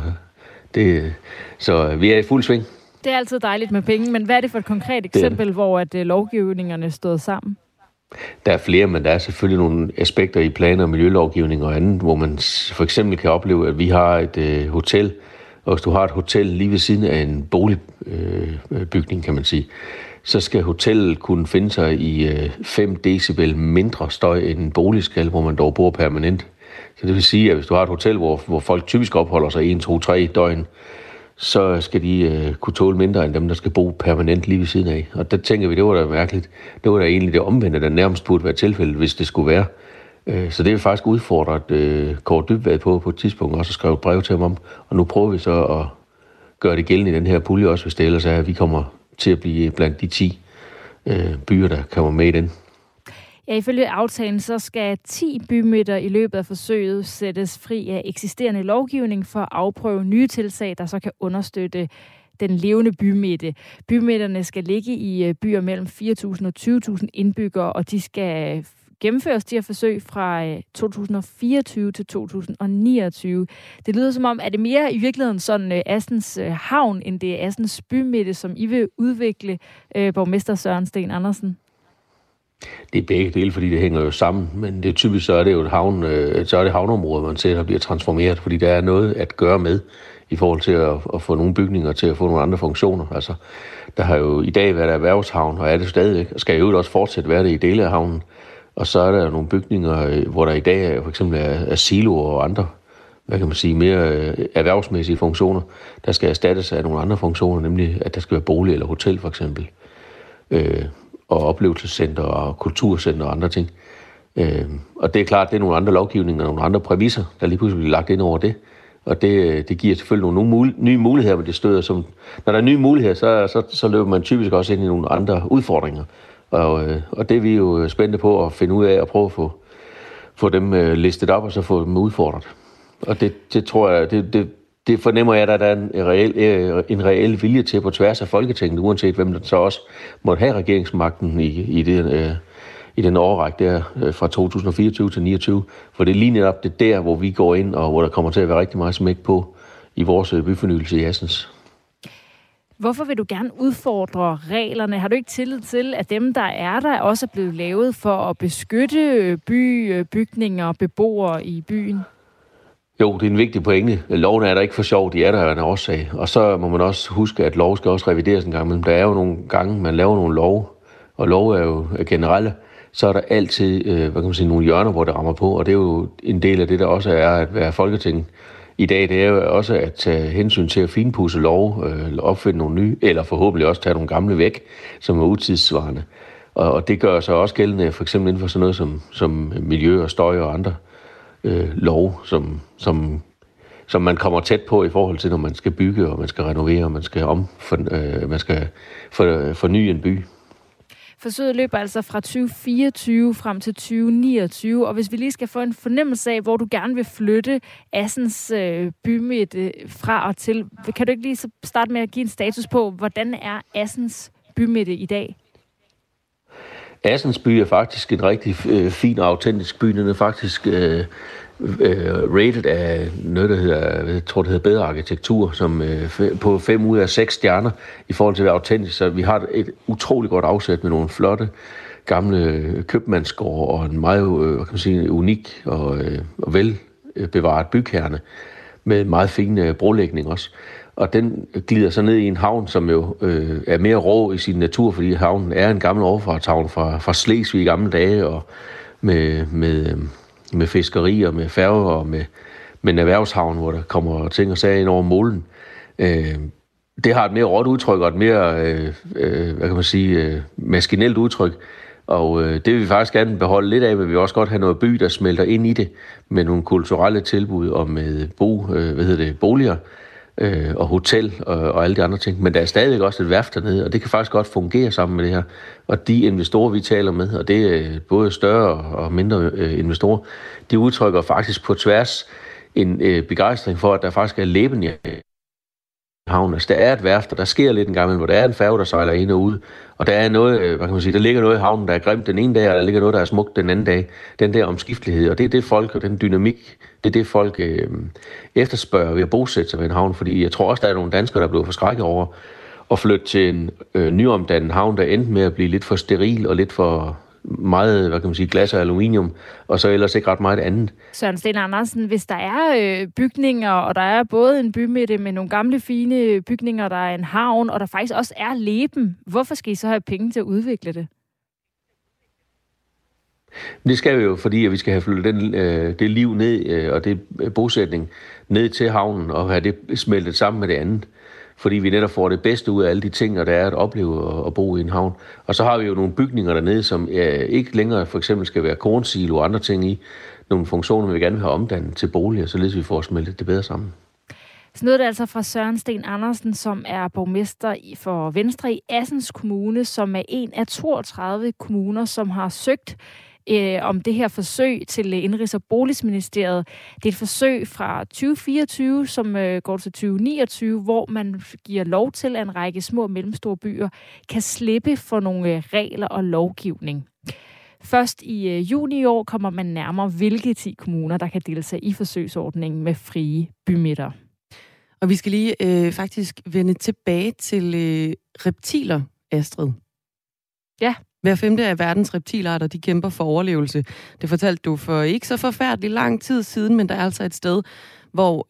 Så vi er i fuld sving. Det er altid dejligt med penge, men hvad er det for et konkret eksempel, hvor at lovgivningerne stod sammen? Der er flere, men der er selvfølgelig nogle aspekter i planer og miljølovgivning og andet, hvor man for eksempel kan opleve, at vi har et hotel, og hvis du har et hotel lige ved siden af en boligbygning, kan man sige, så skal hotellet kunne finde sig i 5 decibel mindre støj end en bolig skal, hvor man dog bor permanent. Så det vil sige, at hvis du har et hotel, hvor folk typisk opholder sig 1, 2, 3 døgn, så skal de kunne tåle mindre end dem, der skal bo permanent lige ved siden af. Og der tænker vi, det var da mærkeligt. Det var da egentlig det omvendte, der nærmest burde være tilfældet, hvis det skulle være. Så det er vi faktisk udfordret Kåre Dybvad på et tidspunkt, også skrevet et brev til ham om. Og nu prøver vi så at gøre det gældende i den her pulje også, hvis det ellers er, at vi kommer til at blive blandt de 10 byer, der kommer med i den. Ja, ifølge aftalen, så skal 10 bymidter i løbet af forsøget sættes fri af eksisterende lovgivning for at afprøve nye tiltag, der så kan understøtte den levende bymidte. Bymidterne skal ligge i byer mellem 4.000 og 20.000 indbyggere, og de skal gennemføres de her forsøg fra 2024 til 2029. Det lyder som om, at det mere i virkeligheden sådan Assens havn, end det er Assens bymidte, som I vil udvikle, borgmester Søren Sten Andersen? Det er begge dele, fordi det hænger jo sammen, men det er typisk, så er det jo et havneområde, man ser, der bliver transformeret, fordi der er noget at gøre med i forhold til at få nogle bygninger til at få nogle andre funktioner. Altså, der har jo i dag været erhvervshavn, og er det stadigvæk, og skal jo også fortsat være det i dele af havnen. Og så er der nogle bygninger, hvor der i dag for eksempel er siloer og andre, hvad kan man sige, mere erhvervsmæssige funktioner, der skal erstattes af nogle andre funktioner, nemlig at der skal være bolig eller hotel for eksempel. Og oplevelsescenter og kulturcenter og andre ting. Og det er klart, det er nogle andre lovgivninger og nogle andre præmisser, der lige pludselig bliver lagt ind over det. Og det giver selvfølgelig nogle nye muligheder, men det støder som... Når der er nye muligheder, så løber man typisk også ind i nogle andre udfordringer. Og det er vi jo spændte på at finde ud af og prøve at få dem listet op og så få dem udfordret. Og det tror jeg, det fornemmer jeg, at der er en reel vilje til på tværs af Folketinget, uanset hvem der så også måtte have regeringsmagten i den årrække der fra 2024 til 2029. For det er lige netop det der, hvor vi går ind, og hvor der kommer til at være rigtig meget smæk på i vores byfornyelse i Assens. Hvorfor vil du gerne udfordre reglerne? Har du ikke tillid til, at dem, der er der, også er blevet lavet for at beskytte bygninger og beboere i byen? Jo, det er en vigtig pointe. Loven er der ikke for sjov, de er der af en årsag. Og så må man også huske, at lov skal også revideres en gang. Men der er jo nogle gange, man laver nogle love, og love er jo generelle. Så er der altid nogle hjørner, hvor det rammer på. Og det er jo en del af det, der også er at være Folketing i dag. Det er jo også at tage hensyn til at finpudse lov, opfinde nogle nye, eller forhåbentlig også tage nogle gamle væk, som er utidssvarende. Og det gør sig også gældende, for eksempel inden for sådan noget som miljø og støj og andre lov, som man kommer tæt på i forhold til, når man skal bygge, og man skal renovere, og man skal forny en by. Forsøget løber altså fra 2024 frem til 2029, og hvis vi lige skal få en fornemmelse af, hvor du gerne vil flytte Assens bymidte fra og til, kan du ikke lige så starte med at give en status på, hvordan er Assens bymidte i dag? Assens by er faktisk en rigtig fin og autentisk by. Den er faktisk rated af noget, der hedder, jeg tror, det hedder Bedre Arkitektur, som på 5 ud af 6 stjerner i forhold til at være autentisk. Så vi har et utroligt godt afsæt med nogle flotte gamle købmandsgårde og en meget unik og velbevaret bykerne med meget fin brolægning også. Og den glider så ned i en havn, som jo er mere rå i sin natur, fordi havnen er en gammel overfartshavn fra Slesvig i gamle dage, og med med fiskeri og med færger og med en erhvervshavn, hvor der kommer ting og sager ind over målen. Det har et mere råt udtryk og et mere, hvad kan man sige, maskinelt udtryk. Og det vil vi faktisk gerne beholde lidt af, men vi vil også godt have noget by, der smelter ind i det med nogle kulturelle tilbud og med boliger og hotel og alle de andre ting. Men der er stadig også et værft dernede, og det kan faktisk godt fungere sammen med det her. Og de investorer, vi taler med, og det er både større og mindre investorer, de udtrykker faktisk på tværs en begejstring for, at der faktisk er leben i havnen. Altså, der er et værft, og der sker lidt en gang, hvor der er en færge, der sejler ind og ud. Og der er noget, hvad kan man sige, der ligger noget i havnen, der er grimt den ene dag, og der ligger noget, der er smukt den anden dag. Den der omskiftelighed, og det er det folk, og den dynamik, det er det folk efterspørger ved at bosætte sig ved en havn. Fordi jeg tror også, der er nogle danskere, der blev forskrækket over at flytte til en nyomdannet havn, der endte med at blive lidt for steril og lidt for meget, hvad kan man sige, glas og aluminium, og så ellers ikke ret meget andet. Søren Sten Andersen, hvis der er bygninger, og der er både en bymidte med nogle gamle, fine bygninger, der er en havn, og der faktisk også er leben, hvorfor skal I så have penge til at udvikle det? Det skal vi jo, fordi vi skal have flyttet det liv ned, og det bosætning ned til havnen, og have det smeltet sammen med det andet. Fordi vi netop får det bedste ud af alle de ting, der er at opleve at bo i en havn. Og så har vi jo nogle bygninger dernede, som ikke længere for eksempel skal være kornsilo og andre ting i. Nogle funktioner, vi gerne vil have omdannet til boliger, således vi får smeltet det bedre sammen. Så noget er altså fra Søren Sten Andersen, som er borgmester for Venstre i Assens Kommune, som er en af 32 kommuner, som har søgt om det her forsøg til Indenrigs- og Boligministeriet. Det er et forsøg fra 2024, som går til 2029, hvor man giver lov til, at en række små og mellemstore byer kan slippe for nogle regler og lovgivning. Først i juni i år kommer man nærmere, hvilke 10 kommuner, der kan deltage i forsøgsordningen med frie bymidter. Og vi skal lige faktisk vende tilbage til reptiler, Astrid. Ja. Hver femte af verdens reptilarter, de kæmper for overlevelse. Det fortalte du for ikke så forfærdelig lang tid siden, men der er altså et sted, hvor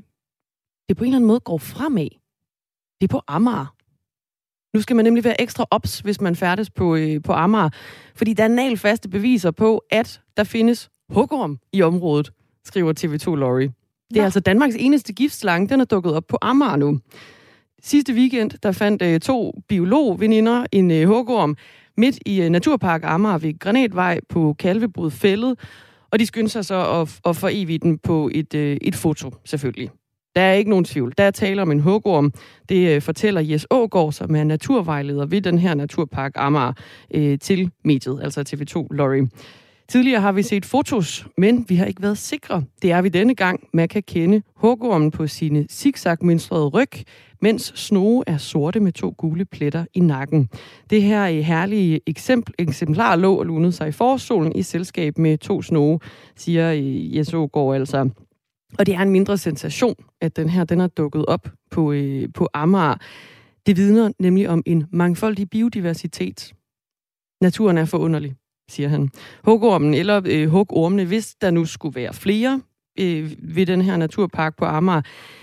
det på en eller anden måde går fremad. Det er på Amager. Nu skal man nemlig være ekstra ops, hvis man færdes på Amager, fordi der er nagelfaste beviser på, at der findes hugorm i området, skriver TV2 Lorry. Det er altså Danmarks eneste giftslange, den er dukket op på Amager nu. Sidste weekend, der fandt 2 biologveninder en hugorm midt i Naturpark Amager ved Granatvej på Kalvebrud Fælled, og de skyndte sig så at forevige den på et foto, selvfølgelig. Der er ikke nogen tvivl. Der er tale om en hugorm. Det fortæller Jes Aagaard, som er naturvejleder ved den her Naturpark Amager, til mediet, altså TV2 Lorry. Tidligere har vi set fotos, men vi har ikke været sikre. Det er vi denne gang. Man kan kende hugormen på sine zigzag-mønstrede ryg, mens snoge er sorte med 2 gule pletter i nakken. Det her herlige eksemplar lå og lunede sig i forsolen i selskab med 2 snoge, siger Jes Aagaard altså. Og det er en mindre sensation, at den er dukket op på Amager. Det vidner nemlig om en mangfoldig biodiversitet. Naturen er forunderlig, siger han. Hugormen eller hugormene, hvis der nu skulle være flere ved den her naturpark på Amager,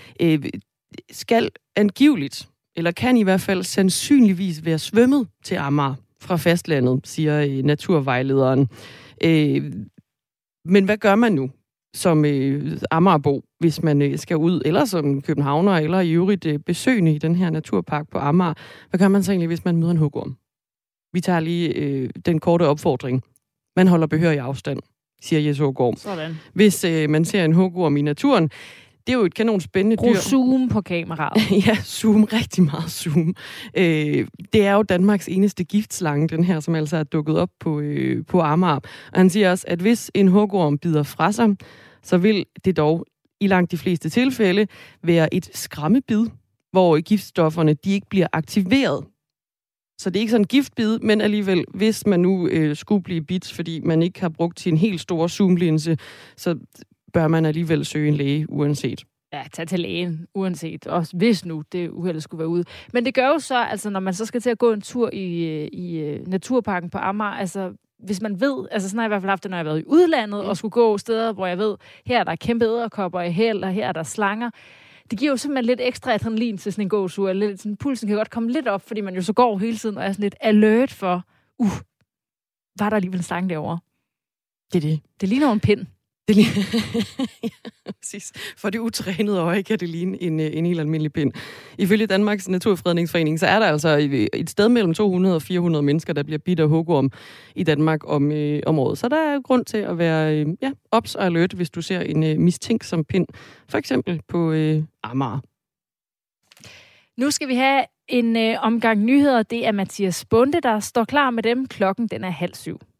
skal angiveligt, eller kan i hvert fald sandsynligvis være svømmet til Amager fra fastlandet, siger naturvejlederen. Men hvad gør man nu som Amagerbo, hvis man skal ud, eller som københavner, eller i øvrigt besøgende i den her naturpark på Amager? Hvad gør man så egentlig, hvis man møder en hugorm? Vi tager lige den korte opfordring. Man holder behørig afstand, siger Jes Aagaard. Sådan. Hvis man ser en hugorm i naturen, det er jo et kanon spændende dyr. Brug zoom på kameraet. Ja, zoom. Rigtig meget zoom. Det er jo Danmarks eneste giftslange, den her, som altså er dukket op på Amager. Og han siger også, at hvis en hugorm bider fra sig, så vil det dog i langt de fleste tilfælde være et skræmmebid, hvor giftstofferne de ikke bliver aktiveret. Så det er ikke sådan en giftbid, men alligevel, hvis man nu skulle blive bidt, fordi man ikke har brugt sin helt store zoomlinse, så bør man alligevel søge en læge, uanset. Ja, tag til lægen, uanset. Også hvis nu det uheld skulle være ude. Men det gør jo så, altså når man så skal til at gå en tur i Naturparken på Amager, altså hvis man ved, altså sådan har jeg i hvert fald haft det, når jeg har været i udlandet, og skulle gå steder, hvor jeg ved, her er der kæmpe edderkopper i hæl, og her er der slanger. Det giver jo simpelthen lidt ekstra adrenalin til sådan en gåtur. Lidt, sådan, pulsen kan godt komme lidt op, fordi man jo så går hele tiden og er sådan lidt alert for, var der alligevel en slange derovre? Det er det. Det ligner en pind. Det ja, præcis. For det utrænede øje kan det ligne en helt almindelig pind. Ifølge Danmarks Naturfredningsforening, så er der altså et sted mellem 200 og 400 mennesker, der bliver bidt af hugorm i Danmark om året. Så der er grund til at være ops og alert, hvis du ser en mistænksom pind, for eksempel på Amager. Nu skal vi have en omgang nyheder. Det er Mathias Bonde, der står klar med dem. Klokken den er 6:30.